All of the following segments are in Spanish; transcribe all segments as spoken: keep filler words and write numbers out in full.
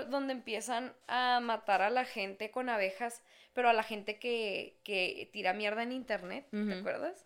donde empiezan a matar a la gente con abejas, pero a la gente que, que tira mierda en internet, ¿te Ujú. acuerdas?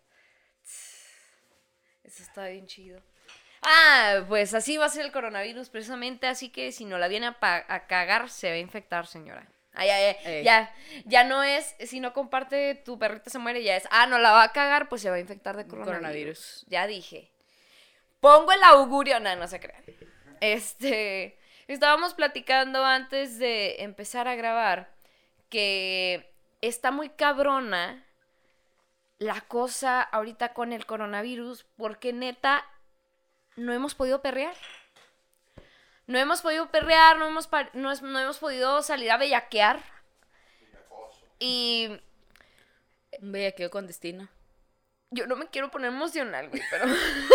Eso está bien chido. Ah, pues así va a ser el coronavirus, precisamente, así que si no la viene a, pa- a cagar, se va a infectar, señora. Ay, ay, ay, Ey. ya, ya no es, si no comparte, tu perrita se muere, ya es, ah, no la va a cagar, pues se va a infectar de coronavirus. Coronavirus. Ya dije. Pongo el augurio, no, no se crean. Este, estábamos platicando antes de empezar a grabar que está muy cabrona la cosa ahorita con el coronavirus, porque neta no hemos podido perrear. No hemos podido perrear, no hemos, pa- no, es- no hemos podido salir a bellaquear. Y Un bellaqueo con destino. yo no me quiero poner emocional, güey, pero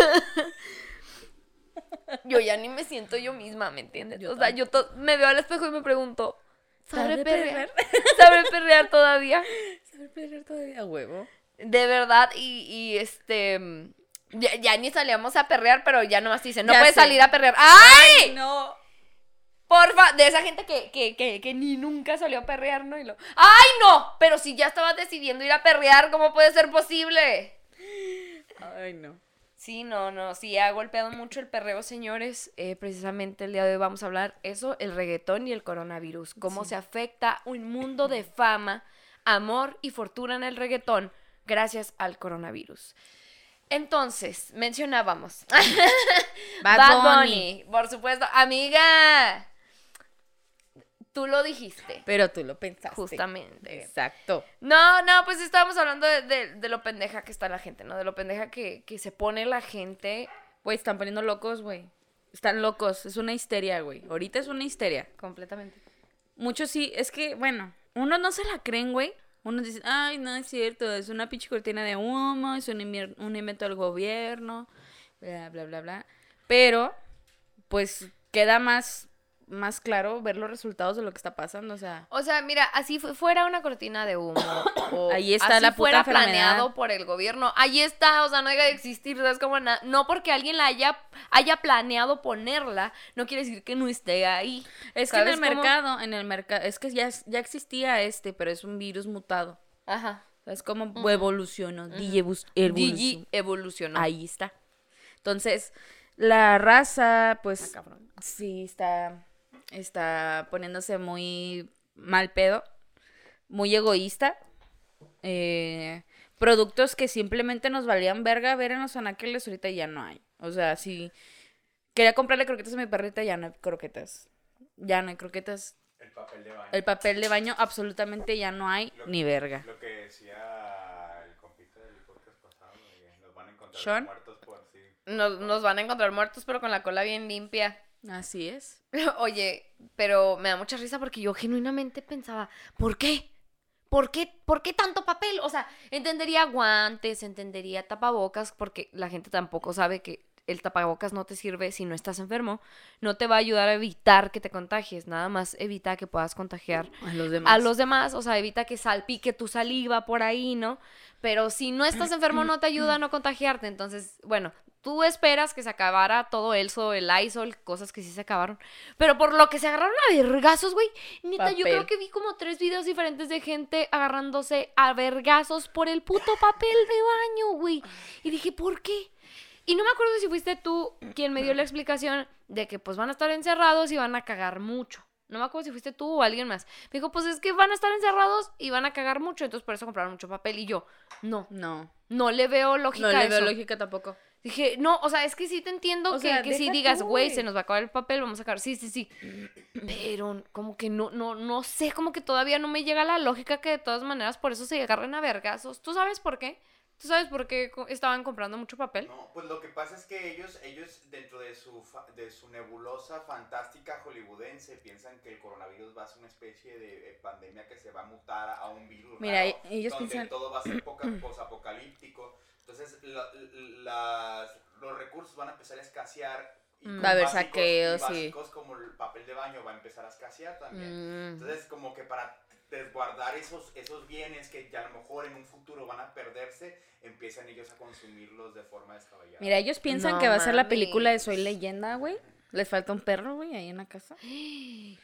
yo ya ni me siento yo misma, ¿me entiendes? Yo o sea, yo to- me veo al espejo y me pregunto, ¿sabré ¿Sabe perrear? perrear? ¿Sabré perrear todavía? ¿Sabe perrear todavía, huevo? De verdad, y, y este... Ya, ya ni salíamos a perrear, pero ya nomás dicen, no Ya puedes sé. salir a perrear. ¡Ay! no! Porfa, de esa gente que, que, que, que ni nunca salió a perrear, ¿no? Y lo, ¡ay, no! Pero si ya estabas decidiendo ir a perrear, ¿cómo puede ser posible? Ay, no. Sí, no, no, sí, ha golpeado mucho el perreo, señores. Eh, precisamente el día de hoy vamos a hablar eso, el reggaetón y el coronavirus. Cómo Sí. se afecta un mundo de fama, amor y fortuna en el reggaetón gracias al coronavirus. Entonces, mencionábamos. Bad, Bad Bunny. Bunny, por supuesto. Amiga, tú lo dijiste. Pero tú lo pensaste. Justamente. Exacto. No, no, pues estábamos hablando de, de- de lo pendeja que está la gente, ¿no? De lo pendeja que, que se pone la gente Güey, están poniendo locos, güey. Están locos. Es una histeria, güey. Ahorita es una histeria. completamente. Muchos sí. Es que, bueno, unos no se la creen, güey. Unos dicen, ay, no es cierto. Es una pinche cortina de humo. Es un, invier- un invento del gobierno. Bla, bla, bla, bla. Pero, pues, queda más, más claro ver los resultados de lo que está pasando. O sea, O sea, mira, así fu- fuera una cortina de humo o Ahí está así la puta fuera enfermedad. planeado por el gobierno, ahí está, o sea, no deja de existir, ¿sabes? Como na- no porque alguien la haya, haya planeado ponerla, no quiere decir que no esté ahí. es que en ¿Sabes el cómo? mercado, en el mercado, es que ya, ya existía este, pero es un virus mutado. Ajá. Es como Ujú. evolucionó. digievu- evolucionó. Digi evolucionó. Ahí está. Entonces, la raza, pues, Ah, cabrón. sí está, está poniéndose muy mal pedo, muy egoísta. Eh, productos que simplemente nos valían verga ver en los anaqueles, ahorita ya no hay. O sea, si quería comprarle croquetas a mi perrita, ya no hay croquetas. Ya no hay croquetas. El papel de baño. El papel de baño absolutamente ya no hay Lo- ni verga. Lo que decía el compita del podcast pasado, que nos van a encontrar ¿Sean? muertos por sí. Nos, nos van a encontrar muertos, pero con la cola bien limpia. Así es. Oye, pero me da mucha risa porque yo genuinamente pensaba, ¿por qué? ¿Por qué? ¿Por qué tanto papel? O sea, entendería guantes, entendería tapabocas, porque la gente tampoco sabe que el tapabocas no te sirve si no estás enfermo. No te va a ayudar a evitar que te contagies, nada más evita que puedas contagiar A los demás. a los demás, o sea, evita que salpique tu saliva por ahí, ¿no? Pero si no estás enfermo no te ayuda a no contagiarte, entonces, bueno, tú esperas que se acabara todo eso, el Lysol, cosas que sí se acabaron, pero por lo que se agarraron a vergazos, güey, neta, yo Papel. creo que vi como tres videos diferentes de gente agarrándose a vergazos por el puto papel de baño, güey, y dije, ¿por qué? Y no me acuerdo si fuiste tú quien me dio la explicación de que pues van a estar encerrados y van a cagar mucho. No me acuerdo si fuiste tú o alguien más. Me dijo, pues es que van a estar encerrados y van a cagar mucho, entonces por eso compraron mucho papel. Y yo, no, No. no le veo lógica No a le veo eso. lógica tampoco. Dije, no, o sea, es que sí te entiendo O que, sea, que si deja digas, tú, güey, güey. se nos va a acabar el papel, vamos a sacar. Sí, sí, sí. Pero como que no, no, no sé, como que todavía no me llega la lógica que de todas maneras por eso se agarren a vergazos. ¿Tú sabes por qué? ¿Tú sabes por qué co- estaban comprando mucho papel? No, pues lo que pasa es que ellos, ellos dentro de su, fa- de su nebulosa fantástica hollywoodense piensan que el coronavirus va a ser una especie de eh, pandemia que se va a mutar a un virus Mira, raro, ellos donde piensan- todo va a ser poca- posapocalíptico. Entonces la- las, los recursos van a empezar a escasear. Y Mm. con Va a haber básicos- saqueos, y sí. básicos como el papel de baño va a empezar a escasear también. Mm. Entonces, como que para desguardar esos, esos bienes que ya a lo mejor en un futuro van a perderse, empiezan ellos a consumirlos de forma descabellada. Mira, ellos piensan No que va a ser la mames. película de Soy Leyenda, güey. Les falta un perro, güey, ahí en la casa.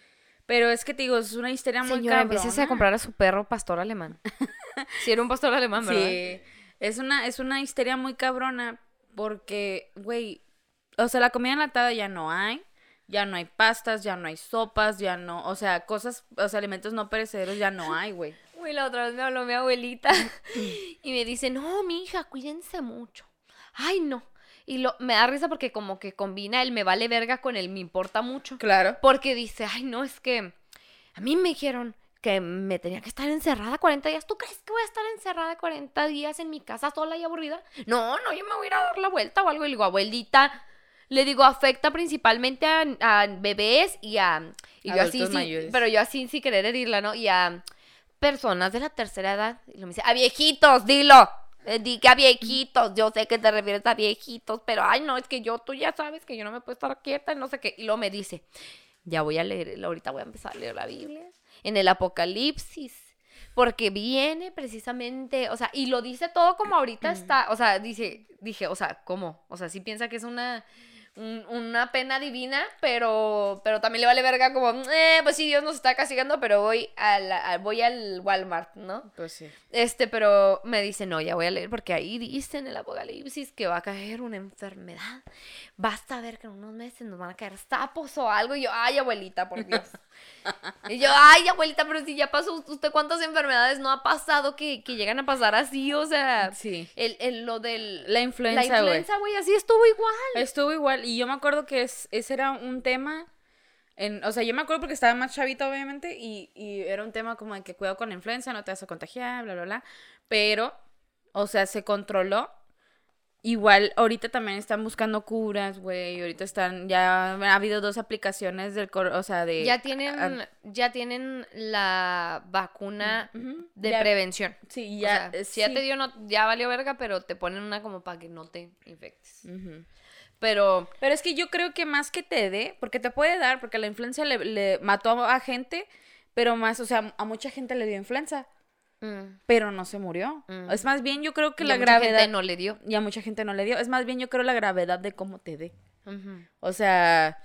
Pero es que te digo, es una histeria muy Señora, cabrona. empieces a comprar a su perro pastor alemán. Si era un pastor alemán, ¿verdad? Sí, es una, es una histeria muy cabrona porque, güey, o sea, la comida enlatada ya no hay, ya no hay pastas, ya no hay sopas, ya no, o sea, cosas, o sea, alimentos no perecederos ya no hay, güey. Uy, la otra vez me habló mi abuelita y me dice, no, mi hija, cuídense mucho. Ay, no. Y lo, me da risa porque como que combina el me vale verga con el me importa mucho. Claro. Porque dice, ay, no, es que a mí me dijeron que me tenía que estar encerrada cuarenta días. ¿Tú crees que voy a estar encerrada cuarenta días en mi casa sola y aburrida? No, no, yo me voy a ir a dar la vuelta o algo. Y le digo, abuelita, le digo, afecta principalmente a, a bebés y a... Y yo así, Adultos sí, mayores. pero yo así sin querer herirla, ¿no? Y a personas de la tercera edad. Y lo me dice, a viejitos, dilo. Eh, Di que a viejitos, yo sé que te refieres a viejitos, pero ay no, es que yo, tú ya sabes que yo no me puedo estar quieta y no sé qué. Y luego me dice, ya voy a leer, ahorita voy a empezar a leer la Biblia, en el Apocalipsis, porque viene precisamente, o sea, y lo dice todo como ahorita está, o sea, dice, dije, o sea, ¿cómo? O sea, sí piensa que es una... un- una pena divina, pero pero también le vale verga como, eh, pues sí, Dios nos está castigando, pero voy a la- a- voy al Walmart, ¿no? Pues sí. Este, pero me dice, no, ya voy a leer porque ahí dice en el Apocalipsis que va a caer una enfermedad. Basta ver que en unos meses nos van a caer sapos o algo. Y yo, ay, abuelita, por Dios. Y yo, ay, abuelita, pero si ya pasó, ¿usted cuántas enfermedades no ha pasado que, que llegan a pasar así? O sea, Sí. el, el- lo del... La influenza, La güey. influenza, güey, así estuvo igual. Estuvo igual, y yo me acuerdo que es, ese era un tema, en, o sea, yo me acuerdo porque estaba más chavita, obviamente, y, y era un tema como de que cuidado con la influenza, no te vas a contagiar, bla, bla, bla, pero, o sea, se controló. Igual, ahorita también están buscando curas, güey, ahorita están, ya ha habido dos aplicaciones del, cor- o sea, de... Ya tienen, ah, ya tienen la vacuna ujú, de ya- prevención. Sí, O ya, sea, eh, si ya sí. te dio, no, ya valió verga, pero te ponen una como para que no te infectes. Ujú. Pero, Pero es que yo creo que más que te dé, porque te puede dar, porque la influenza le, le mató a gente, pero más, o sea, a mucha gente le dio influenza, mm, pero no se murió. Mm. Es más bien yo creo que y la a mucha gravedad... gente no le dio. Y a mucha gente no le dio. Es más bien yo creo la gravedad de cómo te dé. Ujú. O sea,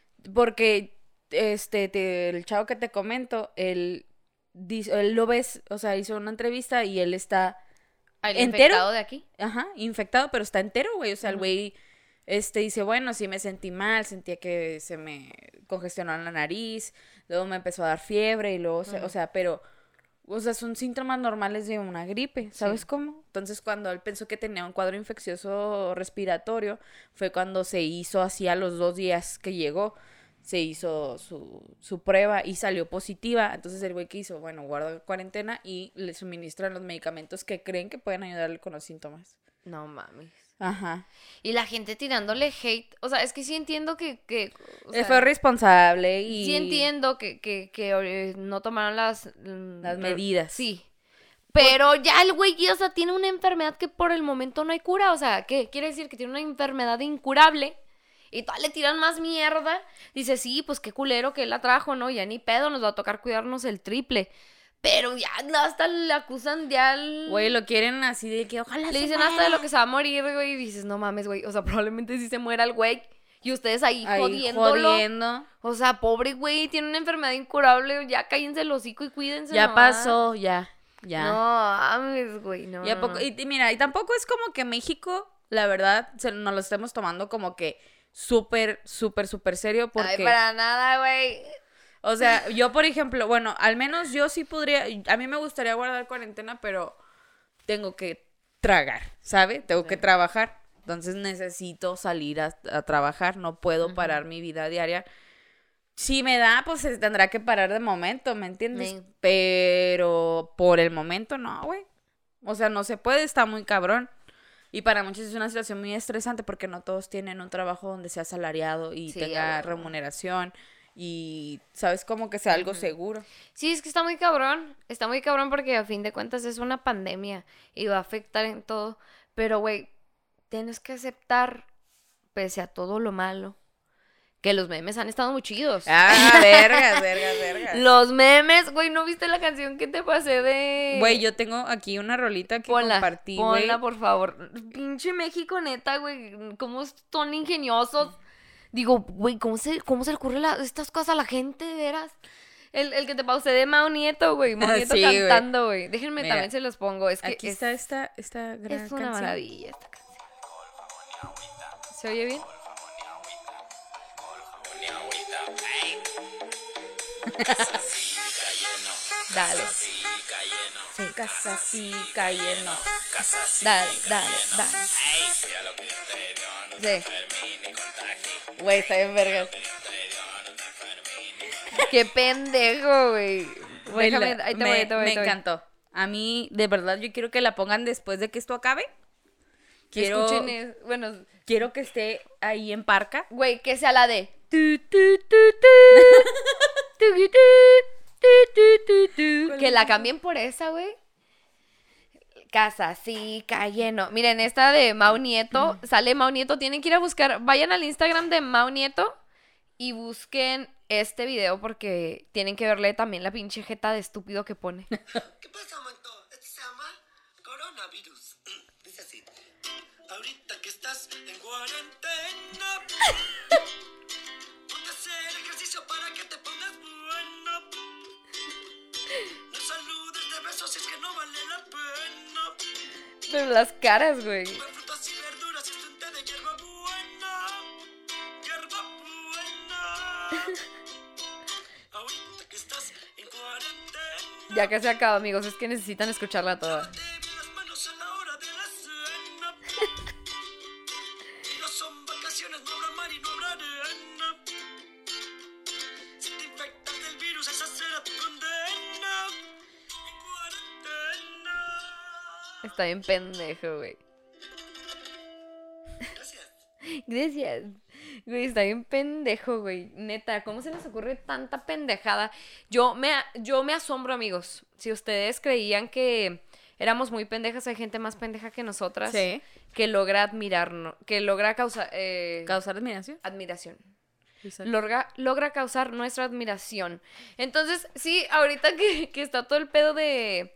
porque este, te- el chavo que te comento, él, dis- él lo ves, o sea, hizo una entrevista y él está, ¿El ¿Entero? infectado de aquí? ajá, infectado, pero está entero, güey. O sea, el Ujú. güey, este, dice, bueno, sí me sentí mal, sentía que se me congestionó la nariz, luego me empezó a dar fiebre y luego, se- Ujú. o sea, pero... O sea, son síntomas normales de una gripe, ¿sabes Sí. cómo? Entonces, cuando él pensó que tenía un cuadro infeccioso respiratorio, fue cuando se hizo así a los dos días que llegó, se hizo su, su prueba y salió positiva. Entonces, el güey que hizo, bueno, guarda cuarentena y le suministran los medicamentos que creen que pueden ayudarle con los síntomas. No mames. Ajá. Y la gente tirándole hate. O sea, es que sí entiendo que... que o sea, Fue responsable y... sí entiendo que, que, que eh, no tomaron las... mm, Las re- medidas. Sí. Pero ya el güey, o sea, tiene una enfermedad que por el momento no hay cura. O sea, ¿qué? Quiere decir que tiene una enfermedad incurable. Y todavía le tiran más mierda. Dice, sí, pues qué culero que él la trajo, ¿no? Ya ni pedo, nos va a tocar cuidarnos el triple. Pero ya hasta le acusan ya al... Güey, lo quieren así de que ojalá Le se dicen muera. hasta de lo que se va a morir, güey. Y dices, no mames, güey. O sea, probablemente sí se muera el güey. Y ustedes ahí, Ahí jodiéndolo. jodiendo. O sea, pobre güey, tiene una enfermedad incurable. Ya cállense el hocico y cuídense. Ya nomás. pasó, ya, ya. No mames, güey. No, Y, a no, poco, no. y, y mira, y tampoco es como que México, la verdad, se, nos lo estemos tomando como que súper, súper, súper serio porque... Ay, para nada, güey. O sea, yo, por ejemplo, bueno, al menos yo sí podría, a mí me gustaría guardar cuarentena, pero tengo que tragar, ¿sabe? Tengo que Sí. trabajar. Entonces necesito salir a, a trabajar, no puedo Ujú. parar mi vida diaria. Si me da, pues se tendrá que parar de momento, ¿me entiendes? Sí. Pero por el momento no, güey. O sea, no se puede, está muy cabrón. Y para muchos es una situación muy estresante porque no todos tienen un trabajo donde sea asalariado y Sí, tenga a huevo. remuneración y, ¿sabes? Como que sea algo Ujú. seguro. Sí, es que está muy cabrón. Está muy cabrón porque a fin de cuentas es una pandemia y va a afectar en todo. Pero, güey, tienes que aceptar, pese a todo lo malo, que los memes han estado muy chidos. Ah, vergas, vergas, vergas. Los memes, güey, ¿no viste la canción que te pasé de...? Güey, yo tengo aquí una rolita que Ponla, compartí, güey. ponla, por favor. Pinche México, neta, güey. ¿Cómo son ingeniosos? Digo, güey, ¿cómo se, cómo se le ocurre la- estas cosas a la gente, de veras? El, el que te pausé de Mau Nieto, güey. Mau Nieto Sí, güey. cantando, güey. Déjenme Mira, también se los pongo. Es que Aquí es, está esta, esta gran es una canción. maravilla esta canción. ¿Se oye bien? Dale. Sí. Casa sí, calle no. Dale, dale, dale. Sí. Güey, está bien vergas. Qué pendejo, güey. Güey, Déjame, la- ahí te me, voy, ahí te voy, me ahí te voy. encantó. A mí, de verdad, yo quiero que la pongan después de que esto acabe. Quiero, Escuchen, es- bueno, quiero que esté ahí en Parca. güey, que sea la de tu, tu, tu, tu, tu, tu, tu, tu, tu, tu. ¿Cuál Que es la esa? cambien por esa, güey. Casa, sí, calle, no. Miren, esta de Mau Nieto, sale Mau Nieto, tienen que ir a buscar, vayan al Instagram de Mau Nieto y busquen este video porque tienen que verle también la pinche jeta de estúpido que pone. ¿Qué pasa, manto? Esto se llama coronavirus. Dice así. Ahorita que estás en cuarentena, ponte a hacer ejercicio para que te pongas bueno. No saludes de besos, es que no vale la pena. Pero las caras, güey. Come frutas y verduras, es un té de hierba buena. Hierba buena. Ahorita que estás en cuarentena, Ya que se acaba, amigos, es que necesitan escucharla toda. lávate bien las manos a la hora de la cena. No son vacaciones, no habrá mar y no habrá arena. Si te infectas del virus, esa será tu condena. En cuarentena. Está bien pendejo, güey. Gracias. Gracias. Güey, está bien pendejo, güey. Neta, ¿cómo se les ocurre tanta pendejada? Yo me, yo me asombro, amigos. Si ustedes creían que éramos muy pendejas, hay gente más pendeja que nosotras Sí. que logra admirarnos, que logra causar eh, ¿Causar admiración? admiración. Exacto. Logra, logra causar nuestra admiración. Entonces, sí, ahorita que, que está todo el pedo de,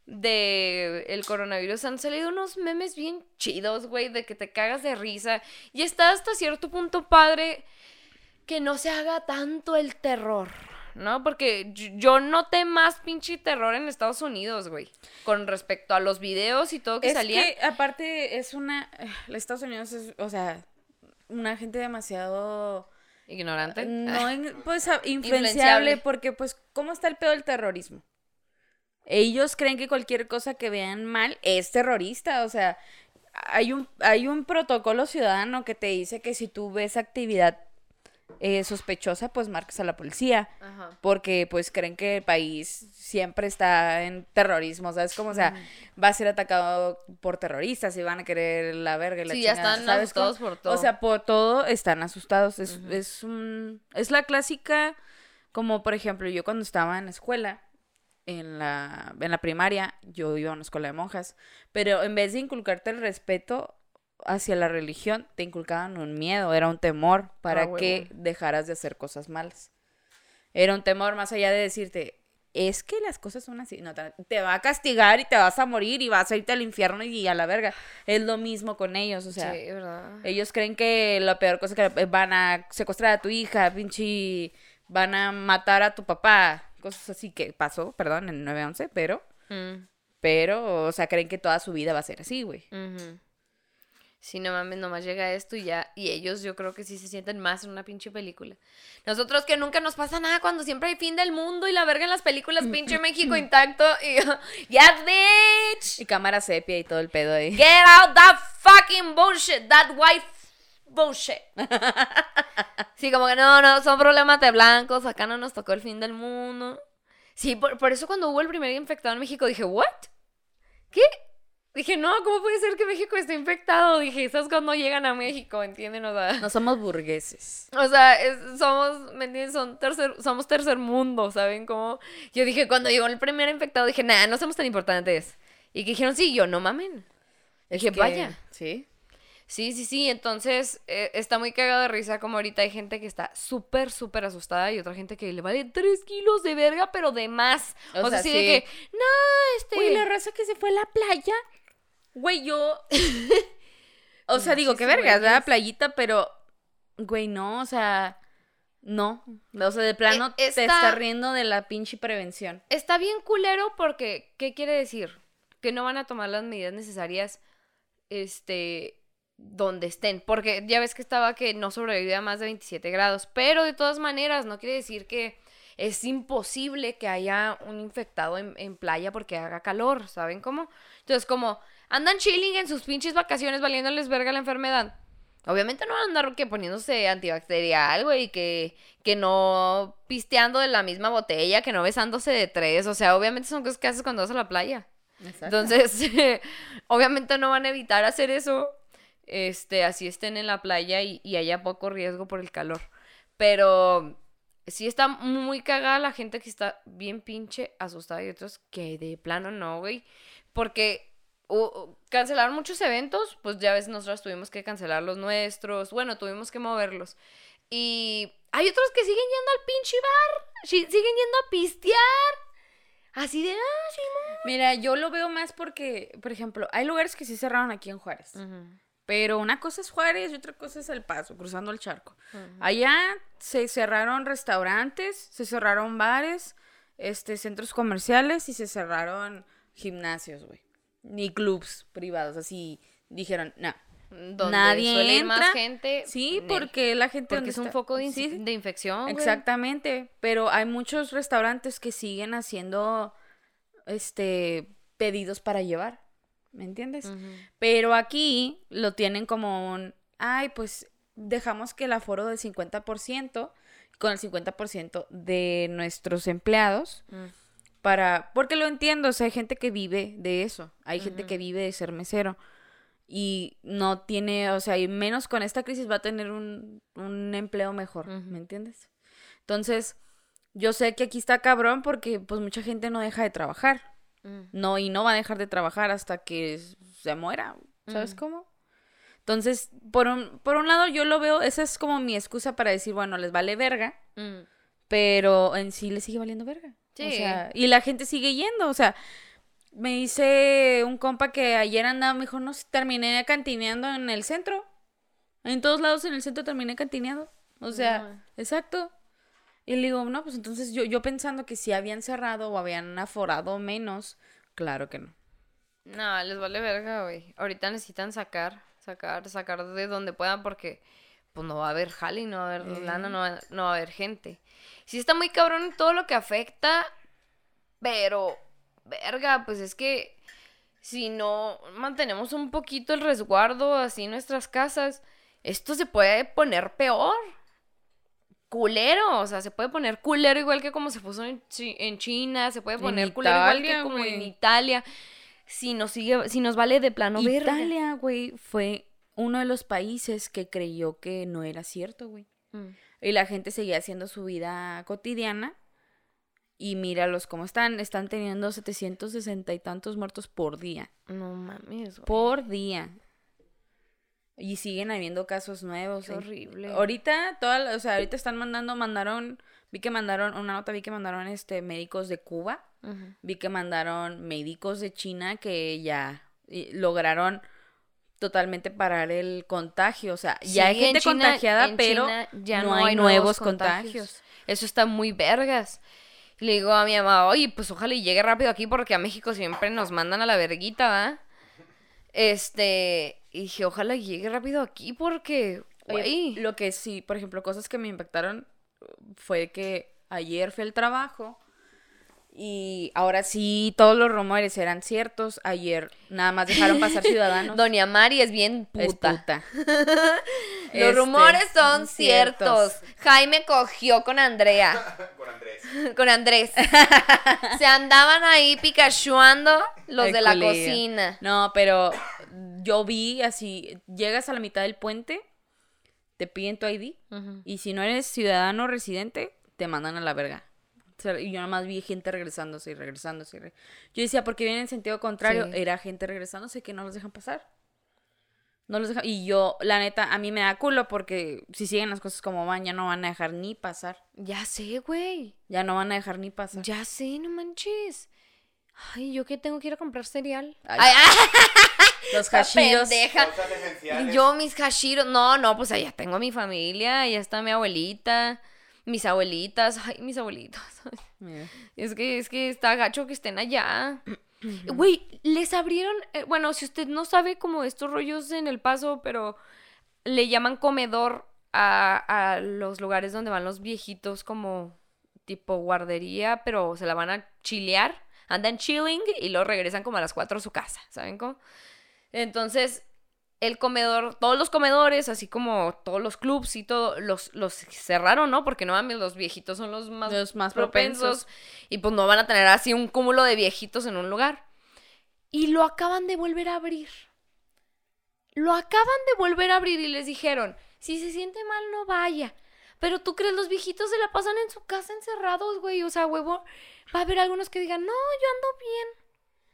de el coronavirus, han salido unos memes bien chidos, güey, de que te cagas de risa. Y está hasta cierto punto padre que no se haga tanto el terror, ¿no? Porque yo- yo noté más pinche terror en Estados Unidos, güey, con respecto a los videos y todo que Es salían. que, aparte, es una... eh, Estados Unidos es, o sea, una gente demasiado... Ignorante. No, en- pues a- influenciable, Influenciable. porque pues, ¿cómo está el pedo del terrorismo? Ellos creen que cualquier cosa que vean mal es terrorista, o sea, hay un, hay un protocolo ciudadano que te dice que si tú ves actividad eh, sospechosa, pues marcas a la policía, Ajá. porque pues creen que el país siempre está en terrorismo, ¿sabes? Como, o sea, va a ser atacado por terroristas y van a querer la verga y la Sí, ya chingada, están ¿sabes cómo? asustados por todo. O sea, por todo están asustados. Es, es un. Es la clásica. Como por ejemplo, yo cuando estaba en la escuela, en la, en la primaria, yo iba a una escuela de monjas. Pero en vez de inculcarte el respeto hacia la religión, te inculcaban un miedo, era un temor para Ah, huevo. que dejaras de hacer cosas malas. Era un temor más allá de decirte. Es que las cosas son así. No, te te va a castigar y te vas a morir y vas a irte al infierno y a la verga. Es lo mismo con ellos, o sea. sí, ¿verdad? Ellos creen que la peor cosa que van a secuestrar a tu hija, pinche, van a matar a tu papá, cosas así que pasó, perdón, en nueve once, pero, Mm, pero, o sea, creen que toda su vida va a ser así, güey. ujú. Sí, no mames, nomás llega esto y ya. Y ellos yo creo que sí se sienten más en una pinche película. Nosotros que nunca nos pasa nada cuando siempre hay fin del mundo y la verga en las películas, pinche México intacto. Y yes, bitch. Y cámara sepia y todo el pedo ahí. Get out that fucking bullshit, that white bullshit. Sí, como que no, no, son problemas de blancos, acá no nos tocó el fin del mundo. Sí, por, por eso cuando hubo el primer infectado en México dije, ¿what? ¿Qué? Dije, no, ¿cómo puede ser que México esté infectado? Dije, esas cuando llegan a México, ¿entienden? O sea, No somos burgueses. o sea, es- somos, ¿me entiendes? Son tercer, somos tercer mundo, ¿saben cómo? Yo dije, cuando llegó el primer infectado, dije, nah, no somos tan importantes. Y que dijeron, sí, yo, no mamen. Dije, Es que- vaya. Sí. Sí, sí, sí, entonces eh, está muy cagado de risa como ahorita hay gente que está súper, súper asustada y otra gente que le vale tres kilos de verga, pero de más. O, O sea, sea, así sí. de que, no, este... Güey, la raza que se fue a la playa. Güey, yo. O sea, digo, qué Pinches vergas, ¿verdad? güeyes. Playita, pero. Güey, no, o sea. No, o sea, de plano Eh, te está- está riendo de la pinche prevención. Está bien culero porque, ¿qué quiere decir? Que no van a tomar las medidas necesarias, este, donde estén. Porque ya ves que estaba que no sobrevive a más de veintisiete grados. Pero de todas maneras, no quiere decir que es imposible que haya un infectado en, en playa porque haga calor, ¿saben cómo? Entonces, como andan chilling en sus pinches vacaciones valiéndoles verga la enfermedad. Obviamente no van a andar que poniéndose antibacterial, güey, que, que no pisteando de la misma botella, que no besándose de tres. O sea, obviamente son cosas que haces cuando vas a la playa. Exacto. Entonces, obviamente no van a evitar hacer eso, este, así estén en la playa y, y haya poco riesgo por el calor. Pero sí está muy cagada la gente que está bien pinche asustada y otros que de plano no, güey. Porque uh, cancelaron muchos eventos, pues ya ves, nosotros tuvimos que cancelar los nuestros, bueno, tuvimos que moverlos. Y hay otros que siguen yendo al pinche bar, si- siguen yendo a pistear. Así de, ah, sí, Mira, yo lo veo más porque, por ejemplo, hay lugares que sí cerraron aquí en Juárez. Pero una cosa es Juárez y otra cosa es El Paso, cruzando el charco. Allá se cerraron restaurantes, se cerraron bares, este, centros comerciales y se cerraron gimnasios, güey. Ni clubs privados, así dijeron, no. donde Nadie suele ir entra. más gente. Sí, nel. porque la gente... Porque donde es un está- foco de, in- Sí, de infección, güey. exactamente, pero hay muchos restaurantes que siguen haciendo este pedidos para llevar, ¿me entiendes? Ujú. Pero aquí lo tienen como un, ay, pues dejamos que el aforo del cincuenta por ciento con el cincuenta por ciento de nuestros empleados Mm. para, porque lo entiendo, o sea, hay gente que vive de eso, hay gente Ujú. que vive de ser mesero y no tiene, o sea, y menos con esta crisis va a tener un, un empleo mejor, Ujú. ¿me entiendes? Entonces, yo sé que aquí está cabrón porque pues mucha gente no deja de trabajar, Mm. no, y no va a dejar de trabajar hasta que s- se muera, ¿sabes Mm. cómo? Entonces, por un, por un lado yo lo veo, esa es como mi excusa para decir, bueno, les vale verga, Mm. pero en sí les sigue valiendo verga. O Sí. sea, y la gente sigue yendo, o sea, me dice un compa que ayer andaba, me dijo, no, sé, terminé cantineando en el centro. En todos lados en el centro terminé cantineando. O sea, No. exacto. Y le digo, no, pues entonces yo, yo pensando que si habían cerrado o habían aforado menos, claro que no. No, les vale verga, güey. Ahorita necesitan sacar, sacar, sacar de donde puedan porque pues no va a haber jale, no va a haber Eh. lana, no va, no va a haber gente. Sí está muy cabrón en todo lo que afecta, pero verga, pues es que si no mantenemos un poquito el resguardo así en nuestras casas, esto se puede poner peor. Culero, o sea, se puede poner culero igual que como se puso en, Chi- en China, se puede En poner culero igual Italia, que como en güey. Italia. Si nos sigue, si nos vale de plano verga. Italia, güey, fue uno de los países que creyó que no era cierto, güey. Mm. Y la gente seguía haciendo su vida cotidiana. Y míralos cómo están. Están teniendo setecientos sesenta y tantos muertos por día. No mames, güey. Por día. Y siguen habiendo casos nuevos. Qué En- horrible. Ahorita, toda, la- o sea, ahorita están mandando, mandaron, vi que mandaron, una nota vi que mandaron este médicos de Cuba. Ujú. Vi que mandaron médicos de China que ya y, lograron totalmente parar el contagio. O sea, ya hay Sí, en gente China- contagiada, en pero China ya no, hay nuevos contagios. Eso está muy vergas. Le digo a mi mamá, oye, pues ojalá y llegue rápido aquí porque a México siempre nos mandan a la verguita, ¿va? Este, y dije, ojalá y llegue rápido aquí porque, Oye, güey. lo que sí, por ejemplo, cosas que me impactaron fue que ayer fui al trabajo y ahora sí todos los rumores eran ciertos. Ayer nada más dejaron pasar ciudadanos. Doña Mari es bien Es puta. puta. Los Este, rumores son ciertos. Jaime cogió con Andrea, Con Andrés. con Andrés. Se andaban ahí picachuando los Ay, de la culillo. cocina. No, pero yo vi así, llegas a la mitad del puente, te piden tu I D Ujú. y si no eres ciudadano residente, te mandan a la verga. O sea, y yo nada más vi gente regresándose y regresándose. y re- Yo decía, porque viene en sentido contrario, Sí. era gente regresándose que no los dejan pasar. No los dejan. Y yo, la neta, a mí me da culo porque si siguen las cosas como van, ya no van a dejar ni pasar. Ya sé, güey. Ya no van a dejar ni pasar. Ya sé, no manches. Ay, yo que tengo que ir a comprar cereal. Ay, Ay, ay, Los esta hashiros. pendeja. Cosas esenciales. Yo mis hashiros. No, no, pues allá tengo a mi familia, allá está mi abuelita. Mis abuelitas, ay, mis abuelitas. Mira. Es que, es que está gacho que estén allá. Güey, les abrieron, eh, bueno, si usted no sabe como estos rollos en El Paso, pero le llaman comedor a, a los lugares donde van los viejitos como tipo guardería, pero se la van a chilear, andan chilling y luego regresan como a las cuatro a su casa, ¿saben cómo? Entonces, el comedor, todos los comedores, así como todos los clubs y todo, los, los cerraron, ¿no? Porque no mames, los viejitos son los más, Los más propensos. propensos. Y pues no van a tener así un cúmulo de viejitos en un lugar. Y lo acaban de volver a abrir. Lo acaban de volver a abrir y les dijeron, si se siente mal, no vaya. Pero tú crees, los viejitos se la pasan en su casa encerrados, güey. O sea, huevo, va a haber algunos que digan, no, yo ando bien.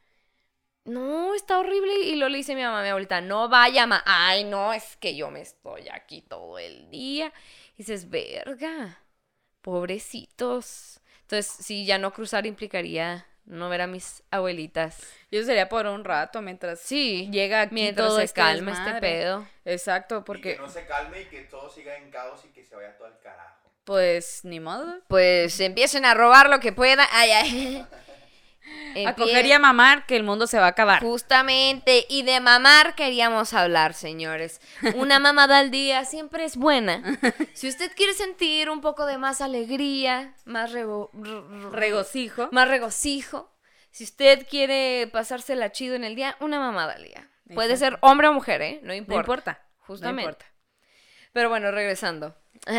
No, está horrible. Y luego le dice mi mamá, mi abuelita, no vaya, ma. Ay, no, es que yo me estoy aquí todo el día. Y dices, verga, pobrecitos. Entonces, sí, ya no cruzar implicaría no ver a mis abuelitas. Yo sería por un rato mientras Sí, llega aquí mientras todo se este calma este desmadre. pedo. Exacto, Porque... porque que no se calme y que todo siga en caos y que se vaya todo al carajo. pues ni modo. Pues empiecen a robar lo que puedan. Ay, ay. A coger y a mamar que el mundo se va a acabar. Justamente, y de mamar queríamos hablar, señores. Una mamada al día siempre es buena. Si usted quiere sentir un poco de más alegría, más rego- r- r- Regocijo. más regocijo, si usted quiere pasársela chido en el día, una mamada al día. Puede Exacto. ser hombre o mujer, ¿eh? No No importa. importa. Justamente. No importa. Pero bueno, regresando.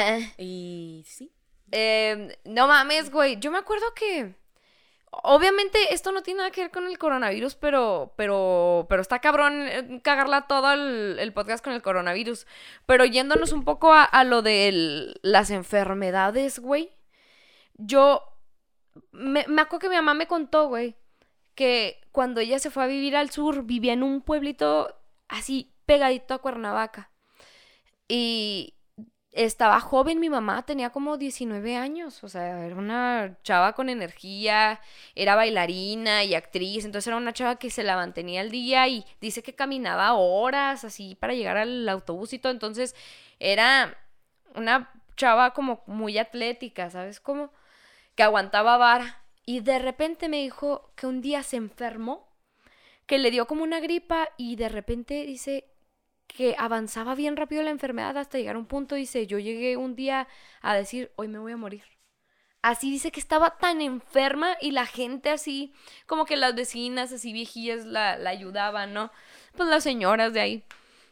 Y sí. Eh, no mames, güey. Yo me acuerdo que... Obviamente esto no tiene nada que ver con el coronavirus, pero, pero, pero está cabrón eh, cagarla todo el, el podcast con el coronavirus. Pero yéndonos un poco a, a lo de el- las enfermedades, güey. Yo me, me acuerdo que mi mamá me contó, güey, que cuando ella se fue a vivir al sur, vivía en un pueblito así pegadito a Cuernavaca. Y estaba joven mi mamá, tenía como diecinueve años, o sea, era una chava con energía, era bailarina y actriz, entonces era una chava que se la mantenía al día y dice que caminaba horas así para llegar al autobús y todo, entonces era una chava como muy atlética, ¿sabes cómo? Que aguantaba vara y de repente me dijo que un día se enfermó, que le dio como una gripa y de repente dice que avanzaba bien rápido la enfermedad hasta llegar a un punto, dice, yo llegué un día a decir, hoy me voy a morir. Así dice que estaba tan enferma y la gente así, como que las vecinas así viejillas la, la ayudaban, ¿no? Pues las señoras de ahí.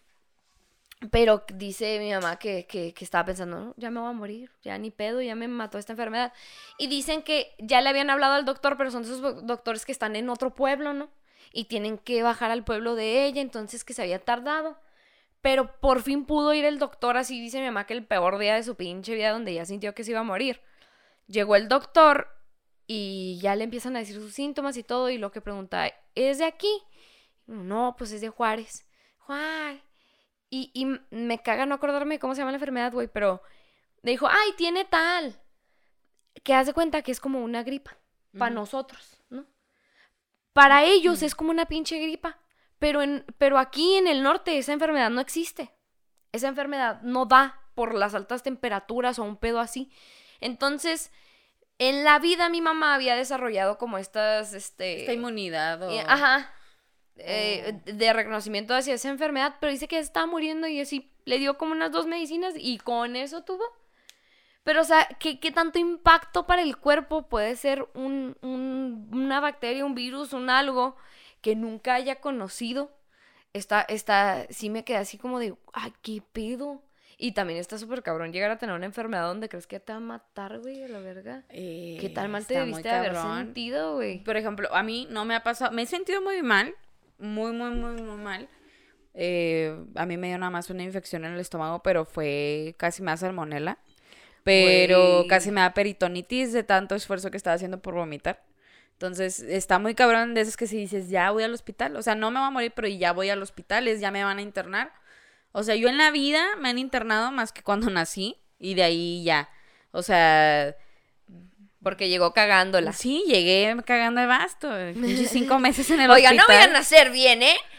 Pero dice mi mamá que, que, que estaba pensando, no, ya me voy a morir, ya ni pedo, ya me mató esta enfermedad. Y dicen que ya le habían hablado al doctor, pero son de esos doctores que están en otro pueblo, ¿no? Y tienen que bajar al pueblo de ella, entonces que se había tardado. Pero por fin pudo ir el doctor, así dice mi mamá que el peor día de su pinche vida donde ya sintió que se iba a morir. Llegó el doctor y ya le empiezan a decir sus síntomas y todo y lo que pregunta, ¿es de aquí? No, pues es de Juárez. Juárez. Y, y me caga no acordarme cómo se llama la enfermedad, güey, pero le dijo, ay, tiene tal. Que haz de cuenta que es como una gripa para Ujú. nosotros, ¿no? Para ellos es como una pinche gripa. Pero, en, pero aquí en el norte esa enfermedad no existe. Esa enfermedad no da por las altas temperaturas o un pedo así. Entonces, en la vida mi mamá había desarrollado como estas, este... Esta inmunidad o... eh, ajá. eh, de reconocimiento hacia esa enfermedad, pero dice que estaba muriendo y así le dio como unas dos medicinas y con eso tuvo. Pero, o sea, ¿qué, qué tanto impacto para el cuerpo puede ser un, un, una bacteria, un virus, un algo que nunca haya conocido? Está, está, sí me quedé así como de, ay, ¿qué pedo? Y también está súper cabrón llegar a tener una enfermedad donde crees que te va a matar, güey, a la verga. Eh, ¿Qué tal mal te está muy debiste de haber cabrón. sentido, güey? Por ejemplo, a mí no me ha pasado... Me he sentido muy mal. Muy, muy, muy, muy mal. Eh, a mí me dio nada más una infección en el estómago, pero fue casi me da salmonela. Pero Güey. casi me da peritonitis de tanto esfuerzo que estaba haciendo por vomitar. Entonces, está muy cabrón de esos que si dices, ya voy al hospital. O sea, no me voy a morir, pero ya voy al hospital, es, ya me van a internar. O sea, yo en la vida me han internado más que cuando nací. Y de ahí ya. O sea, Porque llegó cagándola. sí, llegué cagando de basto. Pinches cinco meses en el Oiga, no hospital. voy a nacer bien, ¿eh?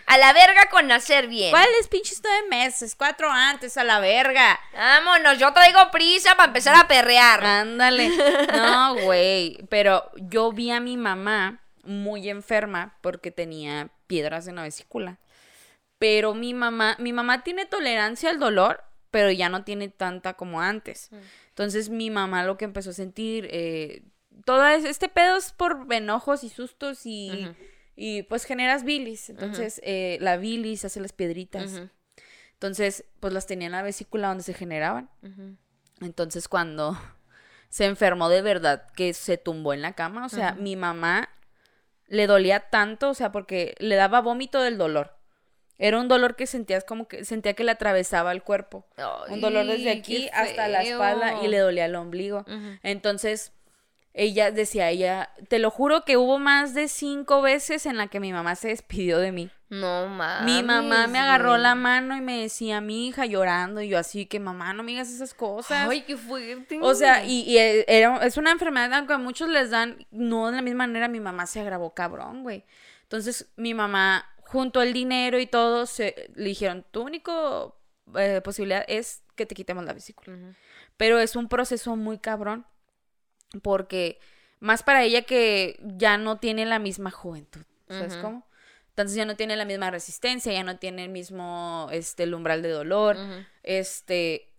A la verga con nacer bien. ¿Cuáles pinches nueve meses? Cuatro antes, a la verga. Vámonos, yo traigo prisa para empezar a perrear. Ándale. No, güey. Pero yo vi a mi mamá muy enferma porque tenía piedras en la vesícula. Pero mi mamá, mi mamá tiene tolerancia al dolor, pero ya no tiene tanta como antes. Entonces mi mamá lo que empezó a sentir, eh, todo este pedo es por enojos y sustos y, uh-huh. y pues generas bilis. Entonces uh-huh. eh, la bilis hace las piedritas. Uh-huh. Entonces pues las tenía en la vesícula donde se generaban. Uh-huh. Entonces cuando se enfermó de verdad que se tumbó en la cama, o sea, uh-huh. mi mamá le dolía tanto, o sea, porque le daba vómito del dolor. Era un dolor que sentías como que sentía que le atravesaba el cuerpo. Ay, un dolor desde aquí hasta la espalda y le dolía el ombligo. Uh-huh. Entonces, ella decía, ella, te lo juro que hubo más de cinco veces en la que mi mamá se despidió de mí. No mames. Mi mamá me agarró wey. la mano y me decía, mi hija, llorando, y yo así, que mamá, no me digas esas cosas. Ay, qué fuerte. O sea, y, y era, es una enfermedad, aunque a muchos les dan, no de la misma manera, mi mamá se agravó cabrón, güey. Entonces, mi mamá, junto al dinero y todo, se, le dijeron, tu única eh, posibilidad es que te quitemos la vesícula. Uh-huh. Pero es un proceso muy cabrón, porque más para ella que ya no tiene la misma juventud, ¿sabes uh-huh. cómo? Entonces ya no tiene la misma resistencia, ya no tiene el mismo, este, el umbral de dolor, uh-huh. este,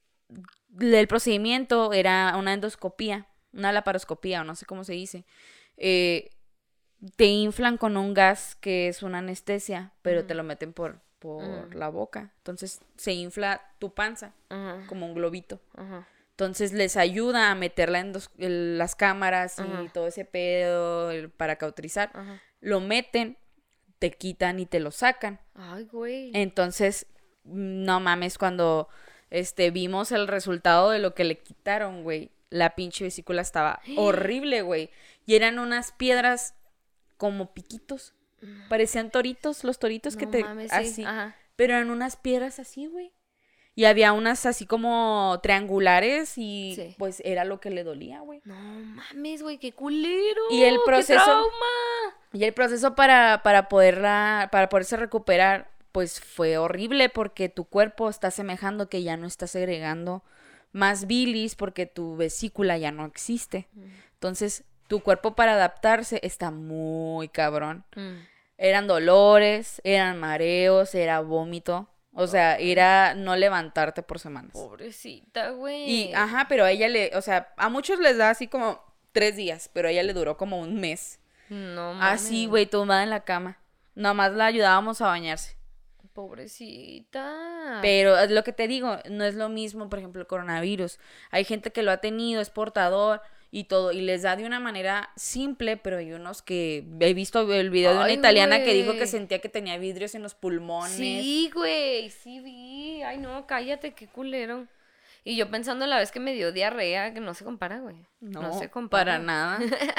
el procedimiento era una endoscopía, una laparoscopía, o no sé cómo se dice, eh, te inflan con un gas que es una anestesia, pero uh-huh. te lo meten por, por uh-huh. la boca. Entonces se infla tu panza uh-huh. como un globito. Uh-huh. Entonces les ayuda a meterla en dos, el, las cámaras uh-huh. y todo ese pedo el, para cauterizar. Uh-huh. Lo meten, te quitan y te lo sacan. Ay, güey. Entonces, no mames, cuando este, vimos el resultado de lo que le quitaron, güey, la pinche vesícula estaba horrible, güey. Y eran unas piedras como piquitos, parecían toritos, los toritos no, que te, mames, así, sí. Ajá. Pero eran unas piedras así, güey, y había unas así como triangulares y sí. pues era lo que le dolía, güey. No mames, güey, qué culero, y el proceso, qué trauma. Y el proceso para, para poderla, para poderse recuperar, pues fue horrible porque tu cuerpo está asemejando que ya no está segregando más bilis porque tu vesícula ya no existe, mm. entonces tu cuerpo para adaptarse está muy cabrón. Mm. Eran dolores, eran mareos, era vómito. O sea, era no levantarte por semanas. Pobrecita, güey. Y, ajá, pero a ella le, o sea, a muchos les da así como tres días, pero a ella le duró como un mes. No mames. Así, güey, tumbada en la cama. Nomás la ayudábamos a bañarse. Pobrecita. Pero es lo que te digo, no es lo mismo, por ejemplo, el coronavirus. Hay gente que lo ha tenido, es portador y todo, y les da de una manera simple, pero hay unos que he visto el video de una Ay, italiana güey. que dijo que sentía que tenía vidrios en los pulmones. Sí, güey, sí vi. Ay, no, cállate, qué culero. Y yo pensando la vez que me dio diarrea, que no se compara, güey. No, no se compara. Para nada.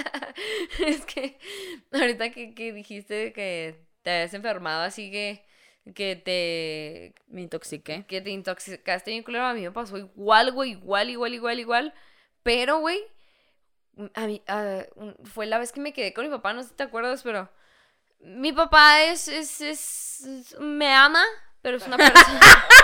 Es que ahorita que, que dijiste que te habías enfermado, así que que te... Me intoxiqué. Que te intoxicaste bien culero. A mí me pasó igual, güey, igual, igual, igual, igual. Pero, güey, a mí, uh, fue la vez que me quedé con mi papá, no sé si te acuerdas, pero mi papá es, es, es, es me ama, pero es una persona.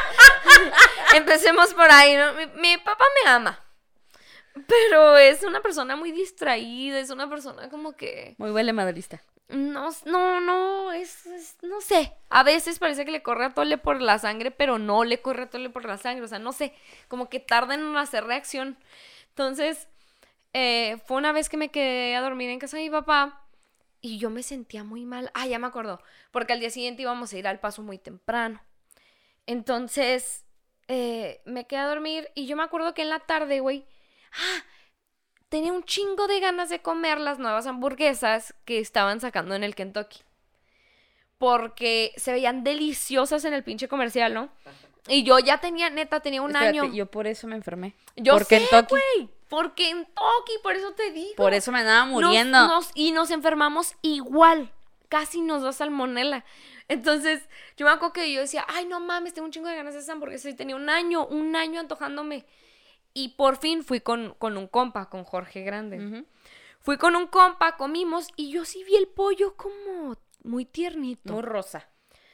Empecemos por ahí, ¿no? Mi, mi papá me ama, pero es una persona muy distraída, es una persona como que... Muy vale madrista. No, no, no, es, es, no sé, a veces parece que le corre a tole por la sangre, pero no le corre a tole por la sangre, o sea, no sé, como que tarda en hacer reacción. Entonces... Eh, fue una vez que me quedé a dormir en casa de mi papá y yo me sentía muy mal. Ah, ya me acordó, porque al día siguiente íbamos a ir al Paso muy temprano. Entonces, eh, me quedé a dormir y yo me acuerdo que en la tarde, güey, ah, tenía un chingo de ganas de comer las nuevas hamburguesas que estaban sacando en el Kentucky. Porque se veían deliciosas en el pinche comercial, ¿no? Y yo ya tenía, neta, tenía un Espérate, año. Yo por eso me enfermé. Yo por sé, Kentucky. güey. Por Kentucky, por eso te digo. Por eso me andaba muriendo. Nos, nos, y nos enfermamos igual. Casi nos da salmonela. Entonces, yo me acuerdo que yo decía, ay, no mames, tengo un chingo de ganas de esa hamburguesa. Y tenía un año, un año antojándome. Y por fin fui con, con un compa, con Jorge Grande. Uh-huh. Fui con un compa, comimos, y yo sí vi el pollo como muy tiernito. Muy rosa.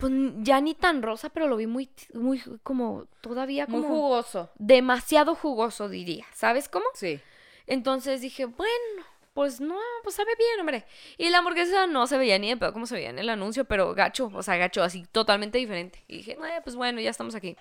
pues ya ni tan rosa, pero lo vi muy, muy como, todavía como... Muy jugoso. demasiado jugoso, diría. ¿Sabes cómo? Sí. Entonces dije, bueno, pues no, pues sabe bien, hombre. Y la hamburguesa no se veía ni de pedo como se veía en el anuncio, pero gacho, o sea, gacho, así totalmente diferente. Y dije, eh, pues bueno, ya estamos aquí.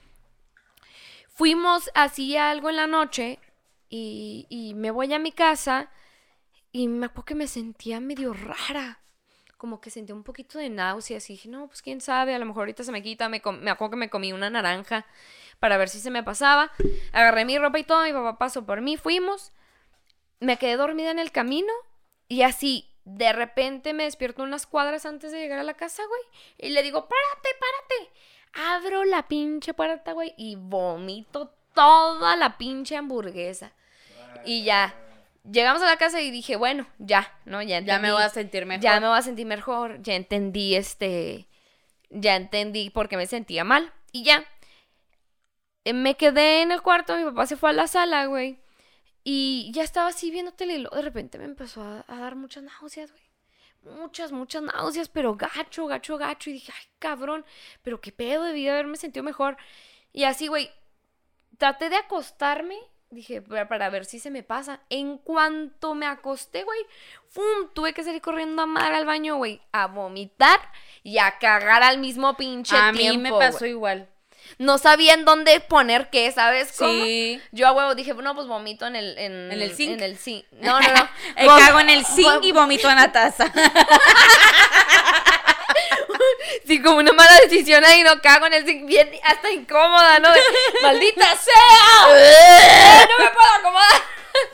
Fuimos así a algo en la noche y, y me voy a mi casa y me acuerdo que me sentía medio rara. Como que sentía un poquito de náuseas y dije, no, pues quién sabe, a lo mejor ahorita se me quita. Me, com- me acuerdo que me comí una naranja para ver si se me pasaba. Agarré mi ropa y todo, mi papá pasó por mí, fuimos. Me quedé dormida en el camino y así, de repente me despierto unas cuadras antes de llegar a la casa, güey. Y le digo, párate, párate. Abro la pinche puerta, güey, y vomito toda la pinche hamburguesa. Y ya, llegamos a la casa y dije, bueno, ya, ¿no? Ya, Ya me entendí. voy a sentir mejor. Ya me voy a sentir mejor, ya entendí este, ya entendí por qué me sentía mal. Y ya, eh, me quedé en el cuarto, mi papá se fue a la sala, güey. Y ya estaba así viendo tele y luego de repente me empezó a, a dar muchas náuseas, güey. Muchas, muchas náuseas, pero gacho, gacho, gacho. Y dije, ay, cabrón, pero qué pedo, debí de haberme sentido mejor. Y así, güey, traté de acostarme, dije, para, para ver si se me pasa. En cuanto me acosté, güey, ¡fum! Tuve que salir corriendo a madre al baño, güey, a vomitar y a cagar al mismo pinche A tiempo. mí me pasó güey. igual. No sabía en dónde poner qué, ¿sabes cómo? Sí. Yo a huevo dije, no, pues vomito en el... En, ¿En el zinc? En el zinc. No, no, no. Eh, Vom- cago en el zinc vom- y vomito en la taza. Sí, como una mala decisión ahí, no cago en el zinc, bien, hasta incómoda, ¿no? De, ¡maldita sea! ¡No me puedo acomodar!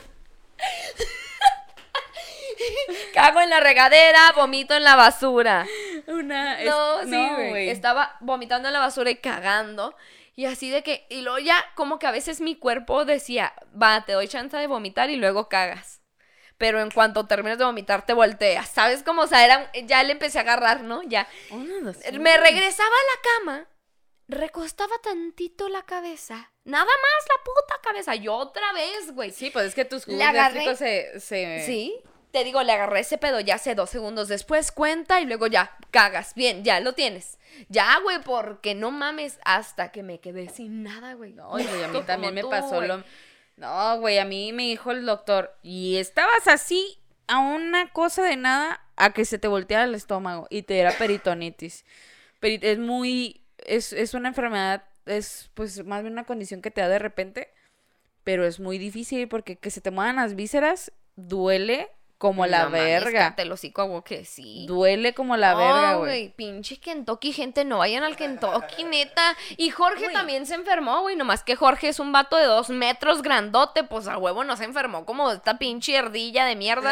Cago en la regadera, vomito en la basura. Una. es- No, sí, güey. güey. Estaba vomitando en la basura y cagando. Y así de que, y luego ya, como que a veces mi cuerpo decía, va, te doy chance de vomitar y luego cagas. Pero en cuanto termines de vomitar, te volteas. ¿Sabes cómo? O sea, era, ya le empecé a agarrar, ¿no? Ya. Una, dos, Me regresaba a la cama, recostaba tantito la cabeza. Nada más la puta cabeza. Y otra vez, güey. Sí, pues es que tus jugos Le agarré- gástricos se, se... Sí, te digo, le agarré ese pedo ya hace dos segundos después, cuenta y luego ya, cagas. Bien, ya lo tienes. Ya, güey, porque no mames, hasta que me quedé sin nada, güey. No, güey, a mí Justo también me como tú, pasó güey. lo... No, güey, a mí me dijo el doctor, y estabas así a una cosa de nada a que se te volteara el estómago y te diera peritonitis. Peri- es muy... Es, es una enfermedad, es pues más bien una condición que te da de repente, pero es muy difícil porque que se te muevan las vísceras duele como la No mames, verga. cállate el hocico, güey, que sí. Duele como la No, verga, güey. Pinche Kentucky, gente, no vayan al Kentucky, neta. Y Jorge Güey. también se enfermó, güey. Nomás que Jorge es un vato de dos metros grandote, pues a huevo no se enfermó como esta pinche ardilla de mierda.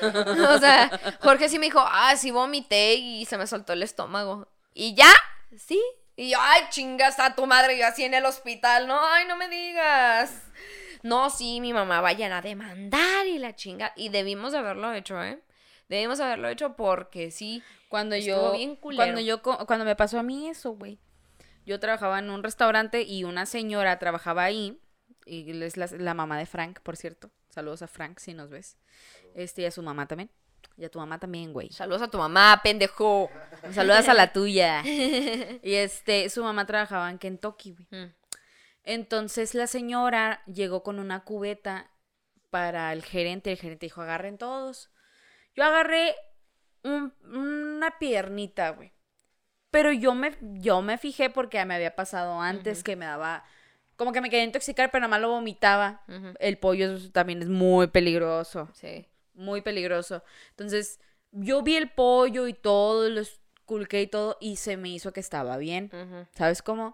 O sea, Jorge sí me dijo, ah, sí vomité y se me soltó el estómago. ¿Y ya? Sí. Y yo, ay, chingas a tu madre, yo así en el hospital. No, ay, no me digas. No, sí, mi mamá vayan a demandar y la chinga. Y debimos de haberlo hecho, ¿eh? Debimos haberlo hecho porque sí. Cuando Estuvo yo, bien culero. cuando yo, co- cuando me pasó a mí eso, güey. Yo trabajaba en un restaurante y una señora trabajaba ahí. Y es la, la mamá de Frank, por cierto. Saludos a Frank, si nos ves. Este, y a su mamá también. Y a tu mamá también, güey. Saludos a tu mamá, pendejo. Saludas a la tuya. Y este, su mamá trabajaba en Kentucky, güey. Mm. Entonces la señora llegó con una cubeta para el gerente. El gerente dijo, agarren todos. Yo agarré un- una piernita, güey. Pero yo me, yo me fijé porque me había pasado antes Ujú. que me daba... Como que me quería intoxicar, pero nada más lo vomitaba. Ujú. El pollo es- también es muy peligroso. Sí. Muy peligroso. Entonces, yo vi el pollo y todo, lo esculqué y todo, y se me hizo que estaba bien. Ujú. ¿Sabes cómo?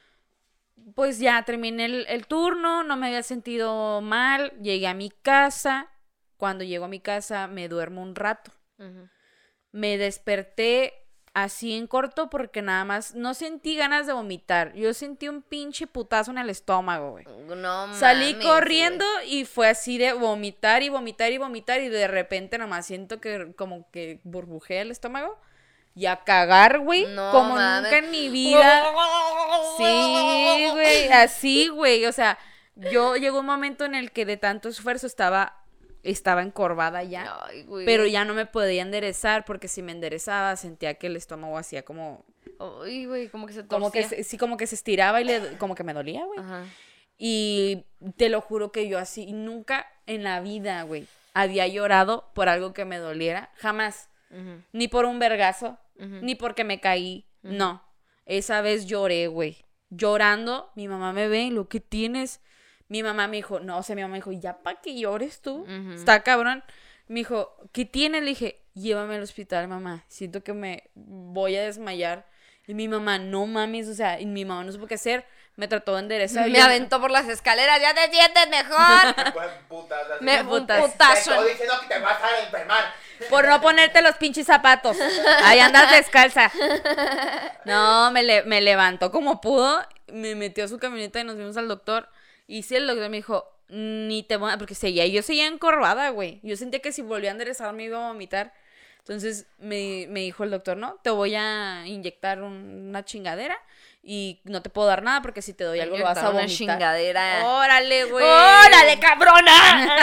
Pues ya terminé el, el turno, no me había sentido mal, llegué a mi casa. Cuando llego a mi casa me duermo un rato. Ujú. Me desperté así en corto porque nada más no sentí ganas de vomitar. Yo sentí un pinche putazo en el estómago, güey. No Salí mames, corriendo güey. y fue así de vomitar y vomitar y vomitar y de repente nomás siento que como que burbujea el estómago y a cagar, güey, No como mames. nunca en mi vida. Sí, güey, así, güey, o sea, yo llegó un momento en el que de tanto esfuerzo estaba estaba encorvada ya, Ay, güey. pero ya no me podía enderezar porque si me enderezaba sentía que el estómago hacía como Uy, güey, como que se torcía. Como que se- sí, como que se estiraba y le, como que me dolía, güey. Ajá. Y te lo juro que yo así, nunca en la vida, güey, había llorado por algo que me doliera. Jamás. Ujú. Ni por un vergazo, Ujú. ni porque me caí. No. Esa vez lloré, güey. Llorando, mi mamá me ve, lo que tienes. Mi mamá me dijo, no, o sea, mi mamá me dijo, ya pa' que llores tú. Ujú. Está cabrón. Me dijo, ¿qué tienes? Le dije, llévame al hospital, mamá. Siento que me voy a desmayar. Y mi mamá, no mames, o sea, y mi mamá no supo qué hacer. Me trató de enderezar. Me Yo- aventó por las escaleras, ya te sientes mejor. Pues, putas, así. Me un un putas. Te putazo. estoy diciendo que te vas a enfermar. Por no ponerte los pinches zapatos. Ahí andas descalza. No, me, le- me levantó como pudo. Me metió a su camioneta y nos fuimos al doctor. Y sí, el doctor me dijo, ni te voy a... Porque seguía, yo seguía encorvada, güey. Yo sentía que si volvía a enderezar me iba a vomitar. Entonces me, me dijo el doctor, no, te voy a inyectar un- una chingadera. Y no te puedo dar nada porque si te doy algo lo vas a Una vomitar. chingadera. Órale, güey. ¡Órale, cabrona!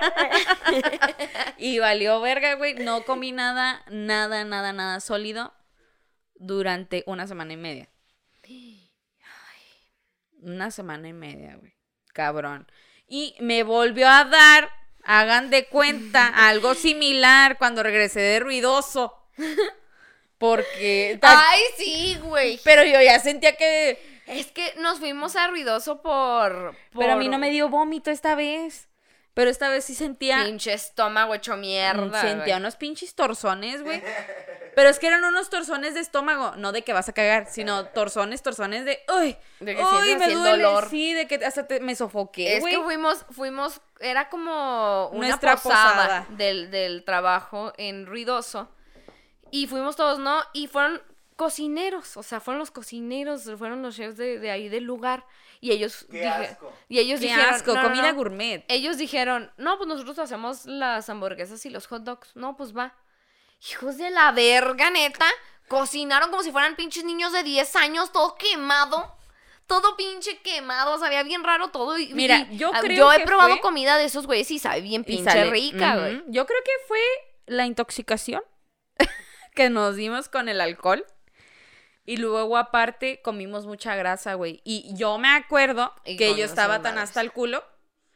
Y valió verga, güey. No comí nada, nada, nada, nada sólido durante una semana y media. Una semana y media, güey. Cabrón. Y me volvió a dar, hagan de cuenta, algo similar cuando regresé de ruidoso. Porque... Ay, sí, güey. Pero yo ya sentía que... Es que nos fuimos a ruidoso por, por... Pero a mí no me dio vómito esta vez. Pero esta vez sí sentía... Pinche estómago hecho mierda. Sentía güey. unos pinches torzones, güey. Pero es que eran unos torzones de estómago, no de que vas a cagar, sino torzones, torzones de, uy, De que uy, sientes me así el duele. dolor. Sí, de que hasta te- me sofoqué, Es güey. que fuimos, fuimos, era como una Nuestra posada, posada. Del, del trabajo en Ruidoso. Y fuimos todos, ¿no? Y fueron cocineros, o sea, fueron los cocineros, fueron los chefs de, de ahí del lugar. Y ellos, Qué dije- asco. y ellos Qué dijeron, asco, no, no, comida no. gourmet. Ellos dijeron, no, pues nosotros hacemos las hamburguesas y los hot dogs. No, pues va. Hijos de la verga, neta. Cocinaron como si fueran pinches niños de diez años, todo quemado. Todo pinche quemado, sabía bien raro todo. Y, Mira, y- yo ah, creo Yo he que probado fue- comida de esos güeyes y sabe bien Y pinche sale- rica, Ujú. güey. Yo creo que fue la intoxicación que nos dimos con el alcohol. Y luego, aparte, comimos mucha grasa, güey. Y yo me acuerdo Y que con yo esas estaba tan madres. hasta el culo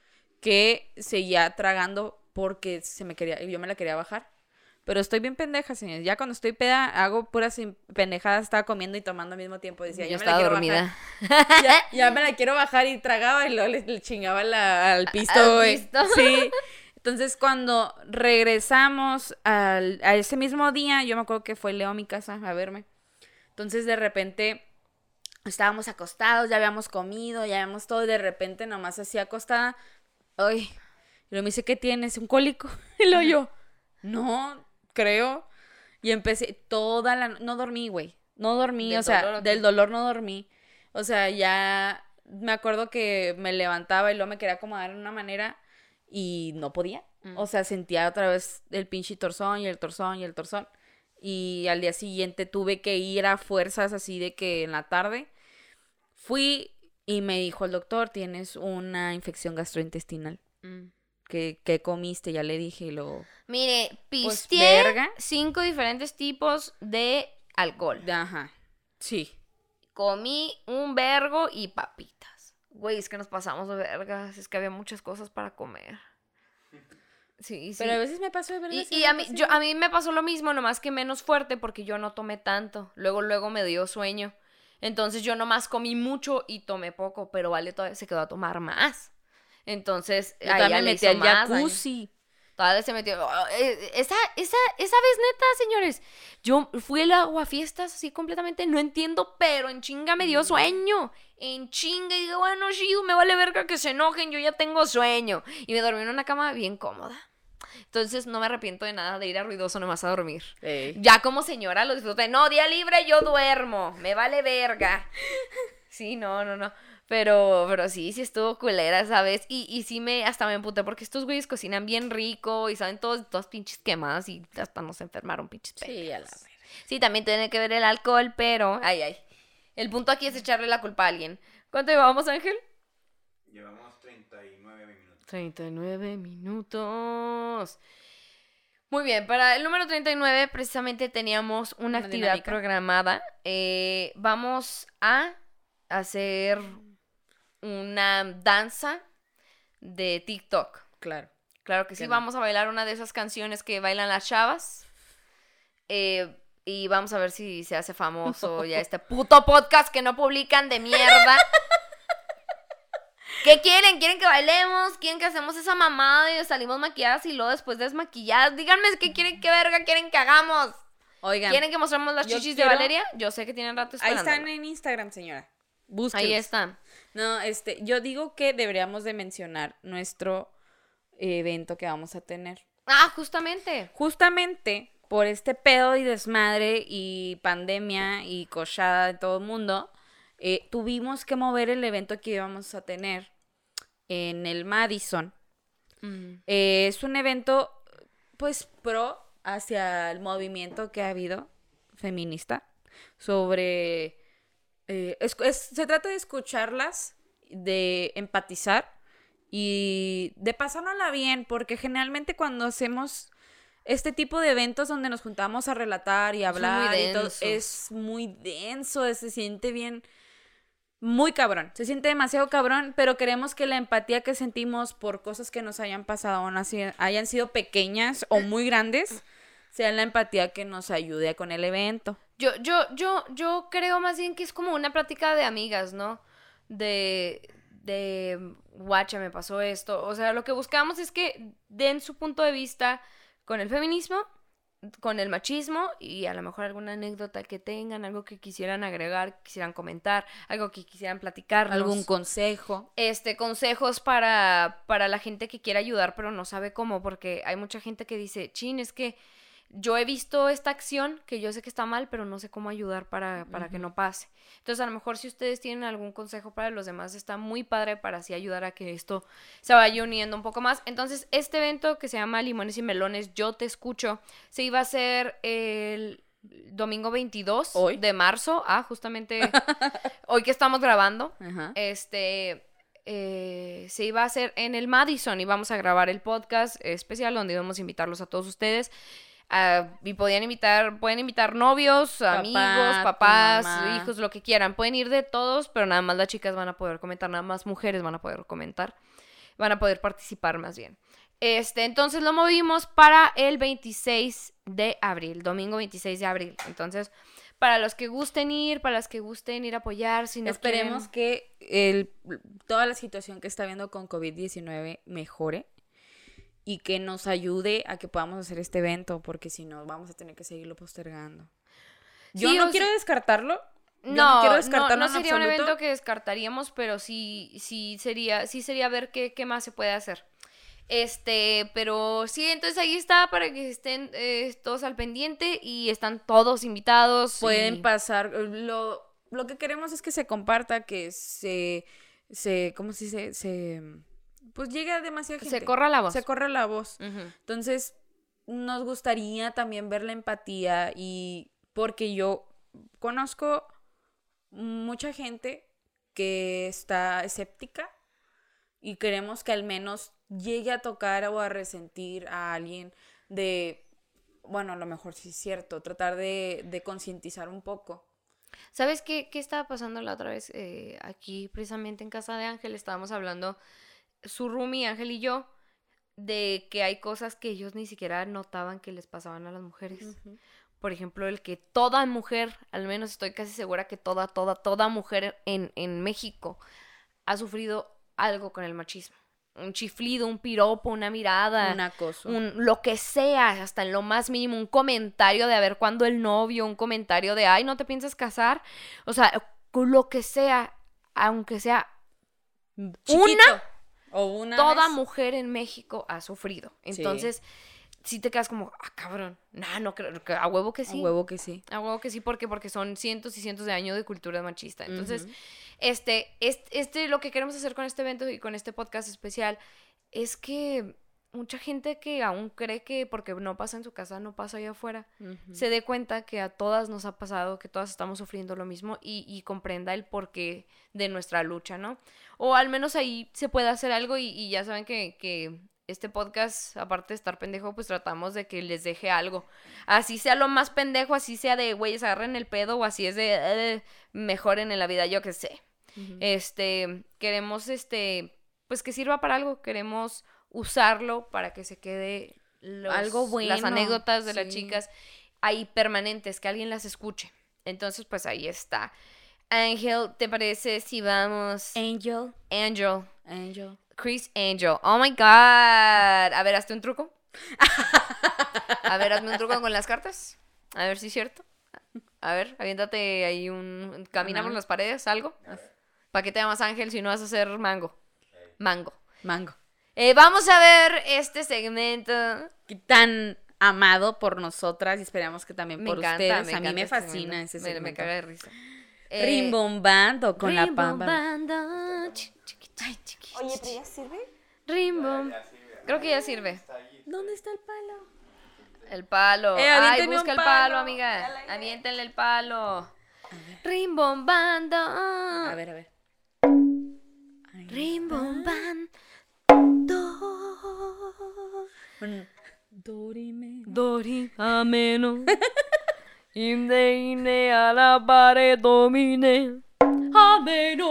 que seguía tragando porque se me quería, yo me la quería bajar. Pero estoy bien pendeja, señores. Ya cuando estoy peda, hago puras im- pendejadas. Estaba comiendo y tomando al mismo tiempo. Decía, Yo ya me la estaba quiero dormida. bajar. Ya, ya me la quiero bajar y tragaba y luego le, le chingaba la- al pisto, ¿Al güey. pisto? Sí. Entonces, cuando regresamos al, a ese mismo día, yo me acuerdo que fue Leo a mi casa a verme. Entonces, de repente, estábamos acostados, ya habíamos comido, ya habíamos todo, y de repente, nomás así acostada, ay, y luego me dice, ¿qué tienes? ¿Un cólico? Y luego yo, no, creo. Y empecé toda la... no- No dormí, güey. No dormí, ¿Del o sea, dolor o qué? del dolor no dormí. O sea, ya me acuerdo que me levantaba y luego me quería acomodar de una manera y no podía. Mm. O sea, sentía otra vez el pinche torzón y el torzón y el torzón. Y al día siguiente tuve que ir a fuerzas así de que en la tarde fui y me dijo el doctor, tienes una infección gastrointestinal. Mm. ¿Qué, qué comiste? Ya le dije y luego... Mire, Pues, pisteé verga. cinco diferentes tipos de alcohol. Ajá, sí. Comí un vergo y papitas. Güey, es que nos pasamos de vergas. Es que había muchas cosas para comer. Sí, sí. Pero a veces me pasó de verdad. Y, y a, mí, yo, a mí me pasó lo mismo, nomás que menos fuerte porque yo no tomé tanto. Luego, luego me dio sueño. Entonces yo nomás comí mucho y tomé poco, pero Vale todavía se quedó a tomar más. Entonces, Yo a también ella me le metí hizo al más daño. jacuzzi. Todavía se metió. oh, eh, Esa, esa, esa vez neta, señores. Yo fui al aguafiestas así completamente. No entiendo, pero en chinga me dio sueño. En chinga. Y digo, bueno, chido, me vale verga que se enojen. Yo ya tengo sueño. Y me dormí en una cama bien cómoda. Entonces no me arrepiento de nada de ir a ruidoso nomás a dormir. Ey. Ya como señora lo disfruté. No, día libre yo duermo. Me vale verga. Sí, no, no, no. Pero, pero sí, sí estuvo culera esa vez. Y, y sí me, hasta me emputé porque estos güeyes cocinan bien rico y saben todos, todas pinches quemadas y hasta nos enfermaron pinches Sí, pendejos. a la verga. Sí, también tiene que ver el alcohol, pero, ay, ay. El punto aquí es echarle la culpa a alguien. ¿Cuánto llevamos, Ángel? Llevamos treinta y nueve minutos. treinta y nueve minutos. Muy bien, para el número treinta y nueve precisamente teníamos una, Una actividad dinámica. programada. Eh, vamos a hacer una danza de TikTok. Claro. Claro que sí, Que no. vamos a bailar una de esas canciones que bailan las chavas. Eh, y vamos a ver si se hace famoso ya este puto podcast que no publican de mierda. ¿Qué quieren? ¿Quieren que bailemos? ¿Quieren que hacemos esa mamada y salimos maquilladas y luego después desmaquilladas? Díganme qué quieren, qué verga quieren que hagamos. Oigan, ¿Quieren que mostremos las yo chichis quiero- de Valeria? Yo sé que tienen rato ahí esperando. están en Instagram, señora. Búsquenlos. Ahí están. No, este, yo digo que deberíamos de mencionar nuestro evento que vamos a tener. Ah, justamente. Justamente por este pedo y desmadre y pandemia y cochada de todo el mundo, eh, tuvimos que mover el evento que íbamos a tener en el Madison. Eh, es un evento, pues, pro hacia el movimiento que ha habido feminista sobre... eh, es- es- se trata de escucharlas, de empatizar y de pasárnosla bien, porque generalmente cuando hacemos este tipo de eventos donde nos juntamos a relatar y muy hablar y todo, densos. es muy denso, se siente bien, muy cabrón, se siente demasiado cabrón, pero queremos que la empatía que sentimos por cosas que nos hayan pasado, aún así, hayan sido pequeñas o muy grandes, sea la empatía que nos ayude con el evento. Yo, yo, yo, yo creo más bien que es como una plática de amigas, ¿no? De, de, guacha, me pasó esto. O sea, lo que buscamos es que den su punto de vista con el feminismo, con el machismo y a lo mejor alguna anécdota que tengan, algo que quisieran agregar, quisieran comentar, algo que quisieran platicarnos. Algún consejo. Este, consejos para, para la gente que quiere ayudar pero no sabe cómo, porque hay mucha gente que dice, chin, es que yo he visto esta acción que yo sé que está mal, pero no sé cómo ayudar para, para que no pase. Entonces, a lo mejor si ustedes tienen algún consejo para los demás, está muy padre para así ayudar a que esto se vaya uniendo un poco más. Entonces, este evento que se llama Limones y Melones, Yo Te Escucho, se iba a hacer el domingo veintidós ¿Hoy? de marzo. Ah, justamente hoy que estamos grabando. Ajá. Este... eh, se iba a hacer en el Madison y vamos a grabar el podcast especial donde íbamos a invitarlos a todos ustedes. Ah, y podían invitar, pueden invitar novios, Papá, amigos, tu papás, mamá. hijos, lo que quieran. Pueden ir de todos, pero nada más las chicas van a poder comentar, nada más mujeres van a poder comentar, van a poder participar más bien. Este, entonces lo movimos para el veintiséis de abril, domingo veintiséis de abril. Entonces, para los que gusten ir, para las que gusten ir a apoyar, si no Esperemos quieren- que el, toda la situación que está habiendo con covid diecinueve mejore y que nos ayude a que podamos hacer este evento, porque si no vamos a tener que seguirlo postergando. Yo Sí, no o quiero sí- descartarlo. Yo No, no quiero no, descartarlo no en sería un absoluto. evento que descartaríamos, pero sí, sí sería, sí sería ver qué, qué más se puede hacer. Este, pero sí, entonces ahí está para que estén eh, todos al pendiente y están todos invitados. Pueden y- pasar. Lo, lo que queremos es que se comparta, que se, se ¿cómo se dice? Se, pues llegue a demasiada gente. se corra la voz. Se corra la voz. Ujú. Entonces, nos gustaría también ver la empatía y porque yo conozco mucha gente que está escéptica y queremos que al menos llegue a tocar o a resentir a alguien de, bueno, a lo mejor sí es cierto, tratar de, de concientizar un poco. ¿Sabes qué, qué estaba pasando la otra vez? Eh, aquí, precisamente en casa de Ángel, estábamos hablando, su roomie, Ángel y yo, de que hay cosas que ellos ni siquiera notaban que les pasaban a las mujeres. Por ejemplo, el que toda mujer, al menos estoy casi segura que toda, toda, toda mujer en, en México ha sufrido algo con el machismo. Un chiflido, un piropo, una mirada, Un acoso. un lo que sea, hasta en lo más mínimo, un comentario de a ver cuándo el novio, un comentario de ay, no te piensas casar. O sea, con lo que sea, aunque sea Chiquito. O una toda vez. mujer en México ha sufrido. Entonces, si te quedas como, ah, cabrón, nah, no creo, que- a huevo que sí. A huevo que sí. A huevo que sí, porque porque son cientos y cientos de años de cultura machista. Entonces, Ujú. este, este, este, lo que queremos hacer con este evento y con este podcast especial es que mucha gente que aún cree que porque no pasa en su casa, no pasa allá afuera, Ujú. se dé cuenta que a todas nos ha pasado, que todas estamos sufriendo lo mismo y, y comprenda el porqué de nuestra lucha, ¿no? O al menos ahí se puede hacer algo y, y ya saben que, que este podcast, aparte de estar pendejo, pues tratamos de que les deje algo. Así sea lo más pendejo, así sea de, güeyes, agarren el pedo, o así es de, eh, mejoren en la vida, yo qué sé. Ujú. Este, queremos, este, pues que sirva para algo, queremos usarlo para que se quede los- Algo bueno, las anécdotas de las sí. chicas ahí permanentes, que alguien las escuche. Entonces, pues ahí está. Ángel, ¿te parece si vamos? Angel. Angel. Angel. Chris Angel. Oh my God. A ver, hazte un truco. A ver, hazme un truco con las cartas. A ver si es cierto. A ver, aviéntate ahí un. Camina por Ajá. las paredes, algo. ¿Para qué te llamas Ángel si no vas a hacer mango? Mango. Mango. Eh, vamos a ver este segmento. Qué tan amado por nosotras y esperamos que también Me por encanta, ustedes. me a mí encanta me este fascina segmento. ese Me- segmento. Me, caga de risa. Eh, Rimbombando con la pamba. Rimbombando. Chi- chiqui- chi- chiqui- Oye, ¿pero ya sirve? Rimbom. Ya sirve. Creo que ya sirve. Está ahí. ¿Dónde está el palo? El palo. Eh, Ay, aviénteme busca un el palo, palo. amiga. Aviéntenle el palo. Rimbombando. A ver, a ver. Ay, Rimbombando. bueno, Dorime. Dori ameno. Inde ine a la pared domine. Ameno.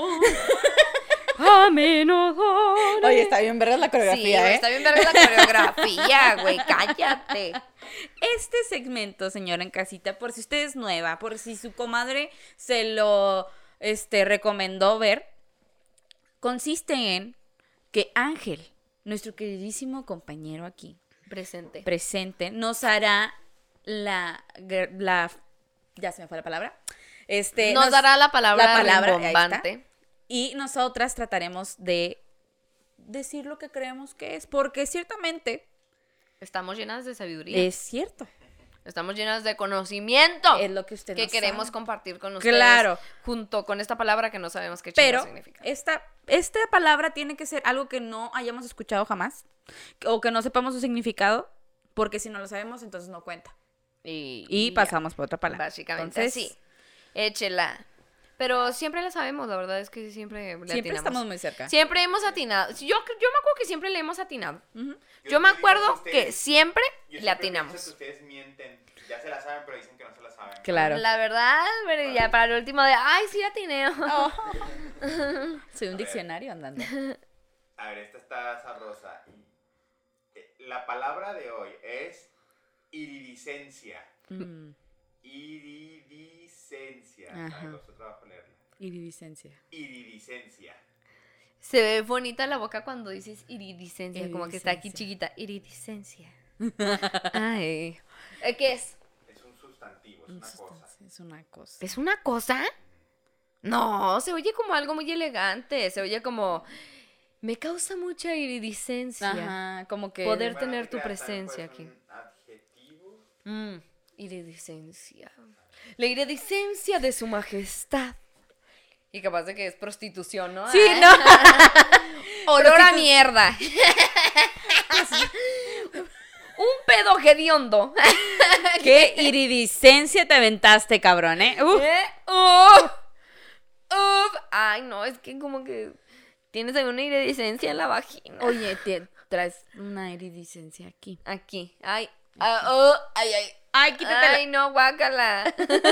Ameno. Dori. Oye, está bien verga la Sí, coreografía, güey, ¿eh? está bien verga la coreografía, güey. Cállate. Este segmento, señora en casita, por si usted es nueva, por si su comadre se lo este, recomendó ver, consiste en que Ángel, nuestro queridísimo compañero aquí, Presente. presente, nos hará la, la ya se me fue la palabra, este, Nos dará la palabra, la palabra, ahí está. rimbombante. Y nosotras trataremos de decir lo que creemos que es, porque ciertamente Estamos llenas de sabiduría. es cierto, Estamos llenas de conocimiento. es lo que usted que no queremos sabe. compartir con ustedes. Claro. Junto con esta palabra que no sabemos qué Pero chingo significa. esta, esta palabra tiene que ser algo que no hayamos escuchado jamás o que no sepamos su significado, porque si no lo sabemos, entonces no cuenta. Y, Y ya, pasamos por otra palabra. Básicamente Entonces, sí. Échela. Pero siempre la sabemos, la verdad es que siempre le Siempre atinamos. estamos muy cerca. Siempre hemos atinado. Yo, yo me acuerdo que siempre le hemos atinado. Ujú. Yo, Yo me pienso acuerdo que que ustedes- siempre Yo le siempre atinamos. pienso que ustedes mienten. Ya se la saben, pero dicen que no se la saben. Claro. La verdad, pero ya para el último de, ay, sí la atiné. Soy un diccionario andando. A ver, esta está sabrosa. Eh, La palabra de hoy es iridiscencia. Mm, Iridiscencia. Ajá. Me costó trabajo leerla. iridiscencia. Iridiscencia. Se ve bonita la boca cuando dices iridiscencia, como que está aquí Iridiscencia. chiquita. Iridiscencia. Ay. Eh, ¿Qué es? Es un sustantivo, es Un una cosa. sustancia, es una cosa. ¿Es una cosa? No, se oye como algo muy elegante. Se oye como. Me causa mucha iridiscencia. Ajá, como que Poder- Bueno, tener te tu creas, presencia pues, aquí. un adjetivo. Mm, iridiscencia. La iridiscencia de su majestad. Y capaz de que es prostitución, ¿no? Sí, Ah. no. Olor a mierda. Un pedo hediondo. ¿Qué iridiscencia te aventaste, cabrón, eh? Uf. ¿Eh? Uf. Uf. Ay, no, es que como que tienes ahí una iridiscencia en la vagina. Oye, te traes una iridiscencia aquí. Aquí. Ay. Ah, oh, ay, ay. Ay, quítatela. Ay, no, guácala.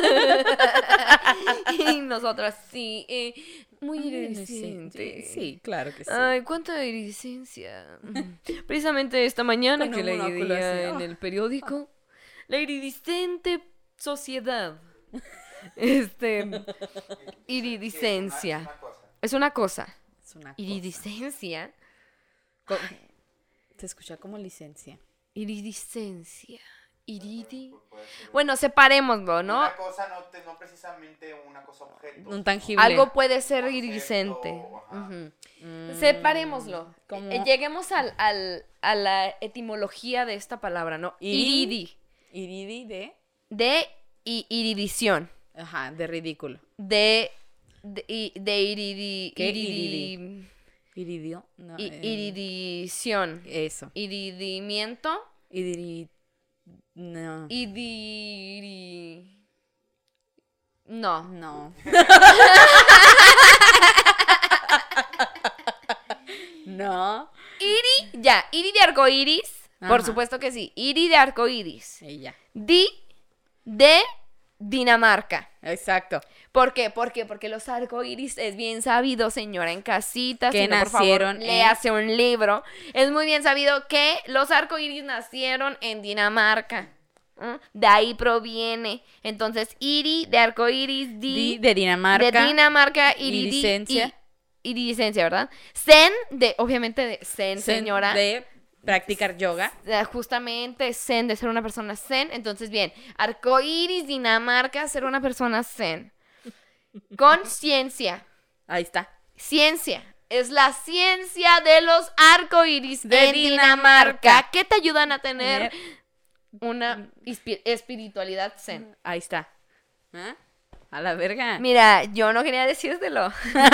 Y nosotras sí. eh, muy iridiscente. Sí, claro que sí. Ay, cuánta iridiscencia. Precisamente esta mañana Con que un leí monóculo así, en oh. el periódico, la iridiscente sociedad. Este, iridiscencia. Es una cosa. Es una cosa. Es una cosa. Iridiscencia. Co- Se escucha como licencia. Iridiscencia. Iridi. Puede ser Bueno, separémoslo, ¿no? Una cosa no, te- no precisamente una cosa objeto. Un tangible. Algo puede ser Concepto, iridiscente. ajá. Ujú. Mm, Separémoslo. como- Eh, Lleguemos al, al- a la etimología de esta palabra, ¿no? Iri- Iridi. Iridi de. De i- iridición. Ajá, de ridículo. De. De, i- de iridi. ¿Qué iridi- Iridio. No, i- eh, iridición. Eso. Iridimiento. Idiri. No. Idiri. No. No. No. Iri, ya, Iri de arcoiris. Por Ajá. supuesto que sí. Iri de arcoiris. Ella. Di de Dinamarca. Exacto. ¿Por qué? ¿Por qué? Porque los arcoíris es bien sabido, señora en casita. Que si no, por favor, nacieron en- léase un libro. Es muy bien sabido que los arcoíris nacieron en Dinamarca. ¿Mm? De ahí proviene. Entonces, iri de arcoíris, di, Di de Dinamarca. de Dinamarca, iridi- Iridicencia. y- iridicencia, ¿verdad? Zen, de, obviamente, de zen, Zen señora. De practicar yoga. Eh, Justamente zen, de ser una persona zen. Entonces, bien, arcoíris, Dinamarca, ser una persona zen. Conciencia. Ahí está. Ciencia. Es la ciencia de los arcoíris De en Dinamarca. Dinamarca. que te ayudan a tener una espi- espiritualidad zen. Ahí está. ¿Ah? A la verga. Mira, yo no quería decírtelo.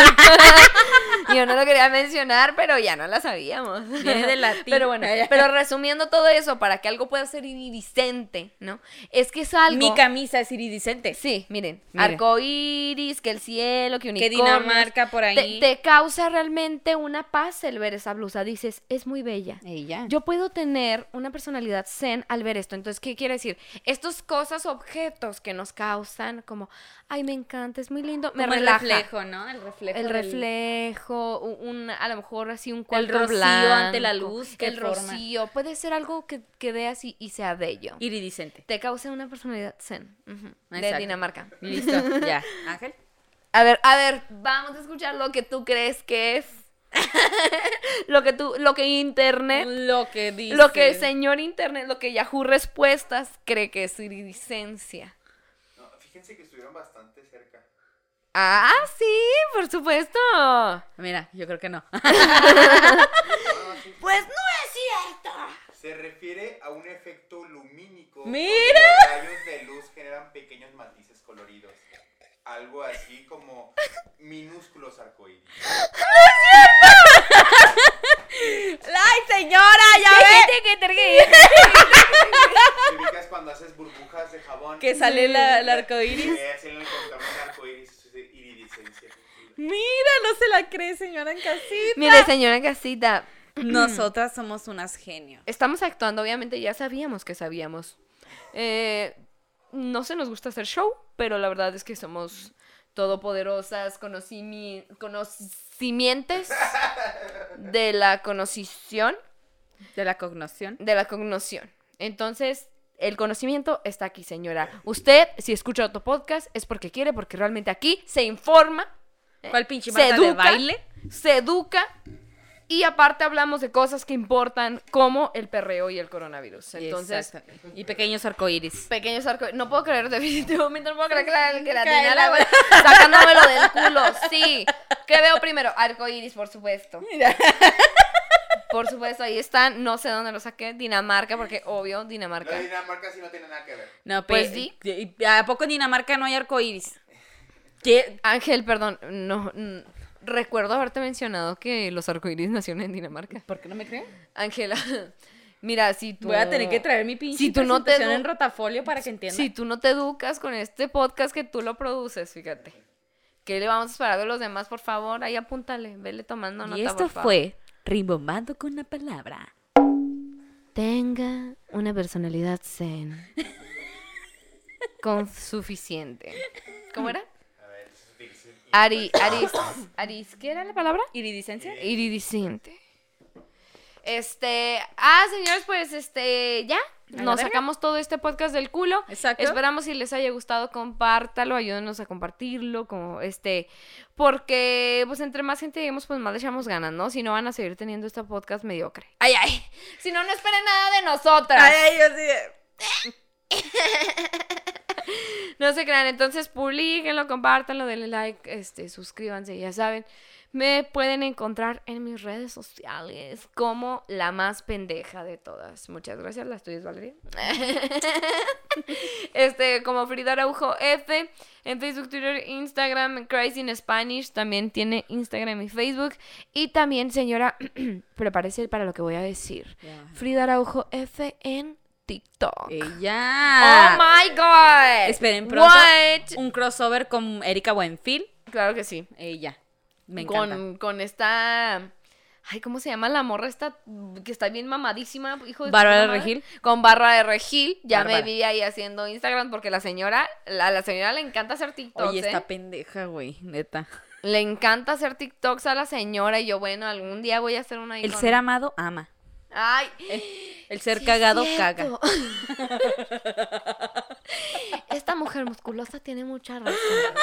Yo no lo quería mencionar, pero ya no la sabíamos. Viene del latín. Pero bueno, pero resumiendo todo eso, para que algo pueda ser iridiscente, ¿no? Es que es algo... Mi camisa es iridiscente. Sí, miren, Miren. arcoíris, que el cielo, que Que unicornios. Dinamarca por Te, ahí. te causa realmente una paz el ver esa blusa. Dices, es muy bella. Ella. Yo puedo tener una personalidad zen al ver esto. Entonces, ¿qué quiere decir? Estos cosas, objetos que nos causan como, ay, me encanta, es muy lindo, me Como el relaja. reflejo, ¿no? El reflejo. El del- reflejo, un, un- a lo mejor así un El cuarto rocío blanco, ante la luz que el forma. rocío, puede ser algo que, que veas y, y sea bello. Iridiscente. Te causa una personalidad zen, ujú, de Exacto. Dinamarca. Listo, ya. Ángel. A ver, a ver, vamos a escuchar lo que tú crees que es. lo que tú, lo que internet, Lo que dice. lo que el señor internet, lo que Yahoo Respuestas cree que es iridiscencia. No, fíjense que estuvieron bastante cerca. Ah, sí, por supuesto. Mira, yo creo que no. No, sí, Pues no es cierto. se refiere a un efecto lumínico. ¡Mira! Donde los rayos de luz generan pequeños matices coloridos. Algo así como minúsculos arcoíris. ¡Ay, señora! ¡Ya ve! ¿Te ubicas cuando haces burbujas de jabón? Que sale la, el arco iris. Eh, así en el contorno del arcoíris es de iridiscencia. Mira, no se la cree, señora en casita. Mire, señora en casita, Nosotras somos unas genios. estamos actuando, obviamente ya sabíamos que sabíamos. Eh, no se nos gusta hacer show, pero la verdad es que somos todopoderosas, conocimi conocimientos de la conocición, De la cognición. de la cognición. Entonces, el conocimiento está aquí, señora. Usted, si escucha otro podcast, es porque quiere, porque realmente aquí se informa, ¿Cuál pinche se Marta de educa, baile? se educa y aparte hablamos de cosas que importan como el perreo y el coronavirus. Entonces, Exacto. Y pequeños arcoíris. pequeños arcos. No puedo creer, definitivamente no puedo creer que la, que la Cae Tina la- la- sacándomelo del culo. Sí. ¿Qué veo primero? Arcoíris, por supuesto. Por supuesto, ahí están. No sé dónde lo saqué. Dinamarca, porque obvio, Lo Dinamarca. de Dinamarca sí no tiene nada que ver. No, Pues pe- sí. y- ¿A poco en Dinamarca no hay arcoíris? ¿Qué? Ángel, perdón. No. mm, Recuerdo haberte mencionado que los arcoíris nacieron en Dinamarca. ¿Por qué no me creen? Ángela, mira, si tú. Voy a tener que traer mi pinche Si tú no te presentación edu- en rotafolio para que entiendan. Si tú no te educas con este podcast que tú lo produces, fíjate. ¿Qué le vamos a esperar de los demás, por favor? Ahí apúntale, vele tomando nota, Y esto por favor. fue Rimbombando con la palabra. Tenga una personalidad zen. Con suficiente. ¿Cómo era? A ver, eso es difícil. Ari, aris, aris, ¿qué era la palabra? ¿Iridiscencia? Iridiscente. Este, ah, señores, pues este, ya, la nos verga. sacamos todo este podcast del culo. Exacto. Esperamos si les haya gustado, compártalo, ayúdenos a compartirlo, como este, porque pues entre más gente lleguemos, pues más le echamos ganas, ¿no? Si no van a seguir teniendo este podcast mediocre. Ay, ay, si no, no esperen nada de nosotras. Ay, ay, yo sí. No se crean, entonces publíquenlo, compártanlo, denle like, este, suscríbanse, ya saben. Me pueden encontrar en mis redes sociales como la más pendeja de todas. Muchas gracias, las tuyas, Valeria. Este, como Frida Araujo F, en Facebook, Twitter, Instagram, Crazy in Spanish, también tiene Instagram y Facebook. Y también, señora, prepárese para lo que voy a decir. Ya. Frida Araujo F en TikTok. Ella. Oh my god. Esperen pronto What? un crossover con Erika Buenfil. Claro que sí. Ella. Me encanta. Con, con esta Ay, ¿cómo se llama la morra esta que está bien mamadísima, hijo de su ¿Bárbara de madre? Regil? Con Bárbara de Regil. Ya Bárbara. me vi ahí haciendo Instagram porque la señora, la, a la señora le encanta hacer TikToks, Oye, ¿eh? está pendeja, güey, neta. Le encanta hacer TikToks a la señora y yo, bueno, algún día voy a hacer una ahí El con- ser amado ama. Ay, El ser sí es cagado cierto. caga. Esta mujer musculosa tiene mucha razón.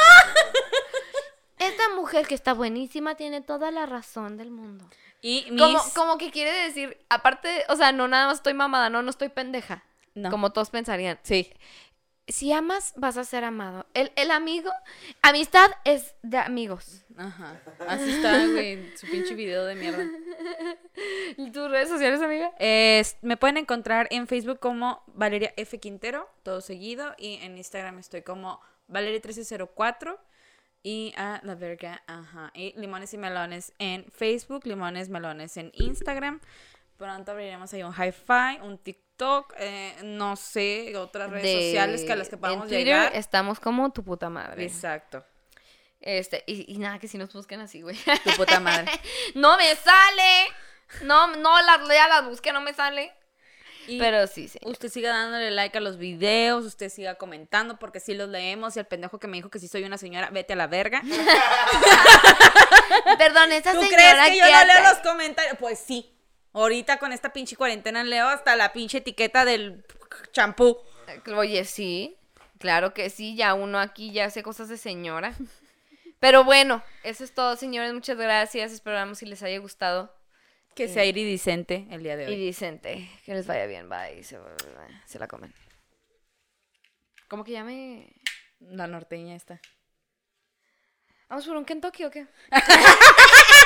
Esta mujer que está buenísima tiene toda la razón del mundo. Y mis... Como, como que quiere decir, aparte, o sea, no nada más estoy mamada, no, no estoy pendeja. No. Como todos pensarían. Sí. Si amas, vas a ser amado. El, el amigo, amistad es de amigos. Ajá. Así está, güey, su pinche video de mierda. ¿Y tus redes sociales, amiga? Es- me pueden encontrar en Facebook como Valeria F. Quintero, todo seguido. Y en Instagram estoy como Valeria trece cero cuatro. Y a la verga, ajá. Y Limones y Melones en Facebook, Limones Melones en Instagram. Pronto abriremos ahí un hi-fi, un TikTok, eh, no sé, otras redes De- sociales que a las que en podamos Twitter llegar. estamos como tu puta madre. Exacto. Este, y, y nada, que si nos busquen así, güey. Tu puta madre. ¡No me sale! No, no, las, ya las busqué, no me sale. Y Pero sí, sí. usted siga dándole like a los videos, usted siga comentando porque sí los leemos. Y el pendejo que me dijo que si soy una señora, vete a la verga. Perdón, esa ¿Tú señora crees que yo no hace? leo los comentarios? Pues sí. Ahorita con esta pinche cuarentena leo hasta la pinche etiqueta del champú. Oye, sí, claro que sí, ya uno aquí ya hace cosas de señora. Pero bueno, eso es todo, señores, muchas gracias, esperamos si les haya gustado. Que sea iridiscente el día de Y hoy. Vicente, que les vaya bien, bye, se, se la comen. ¿Cómo que llame? La norteña esta. ¿Vamos por un Kentucky o qué?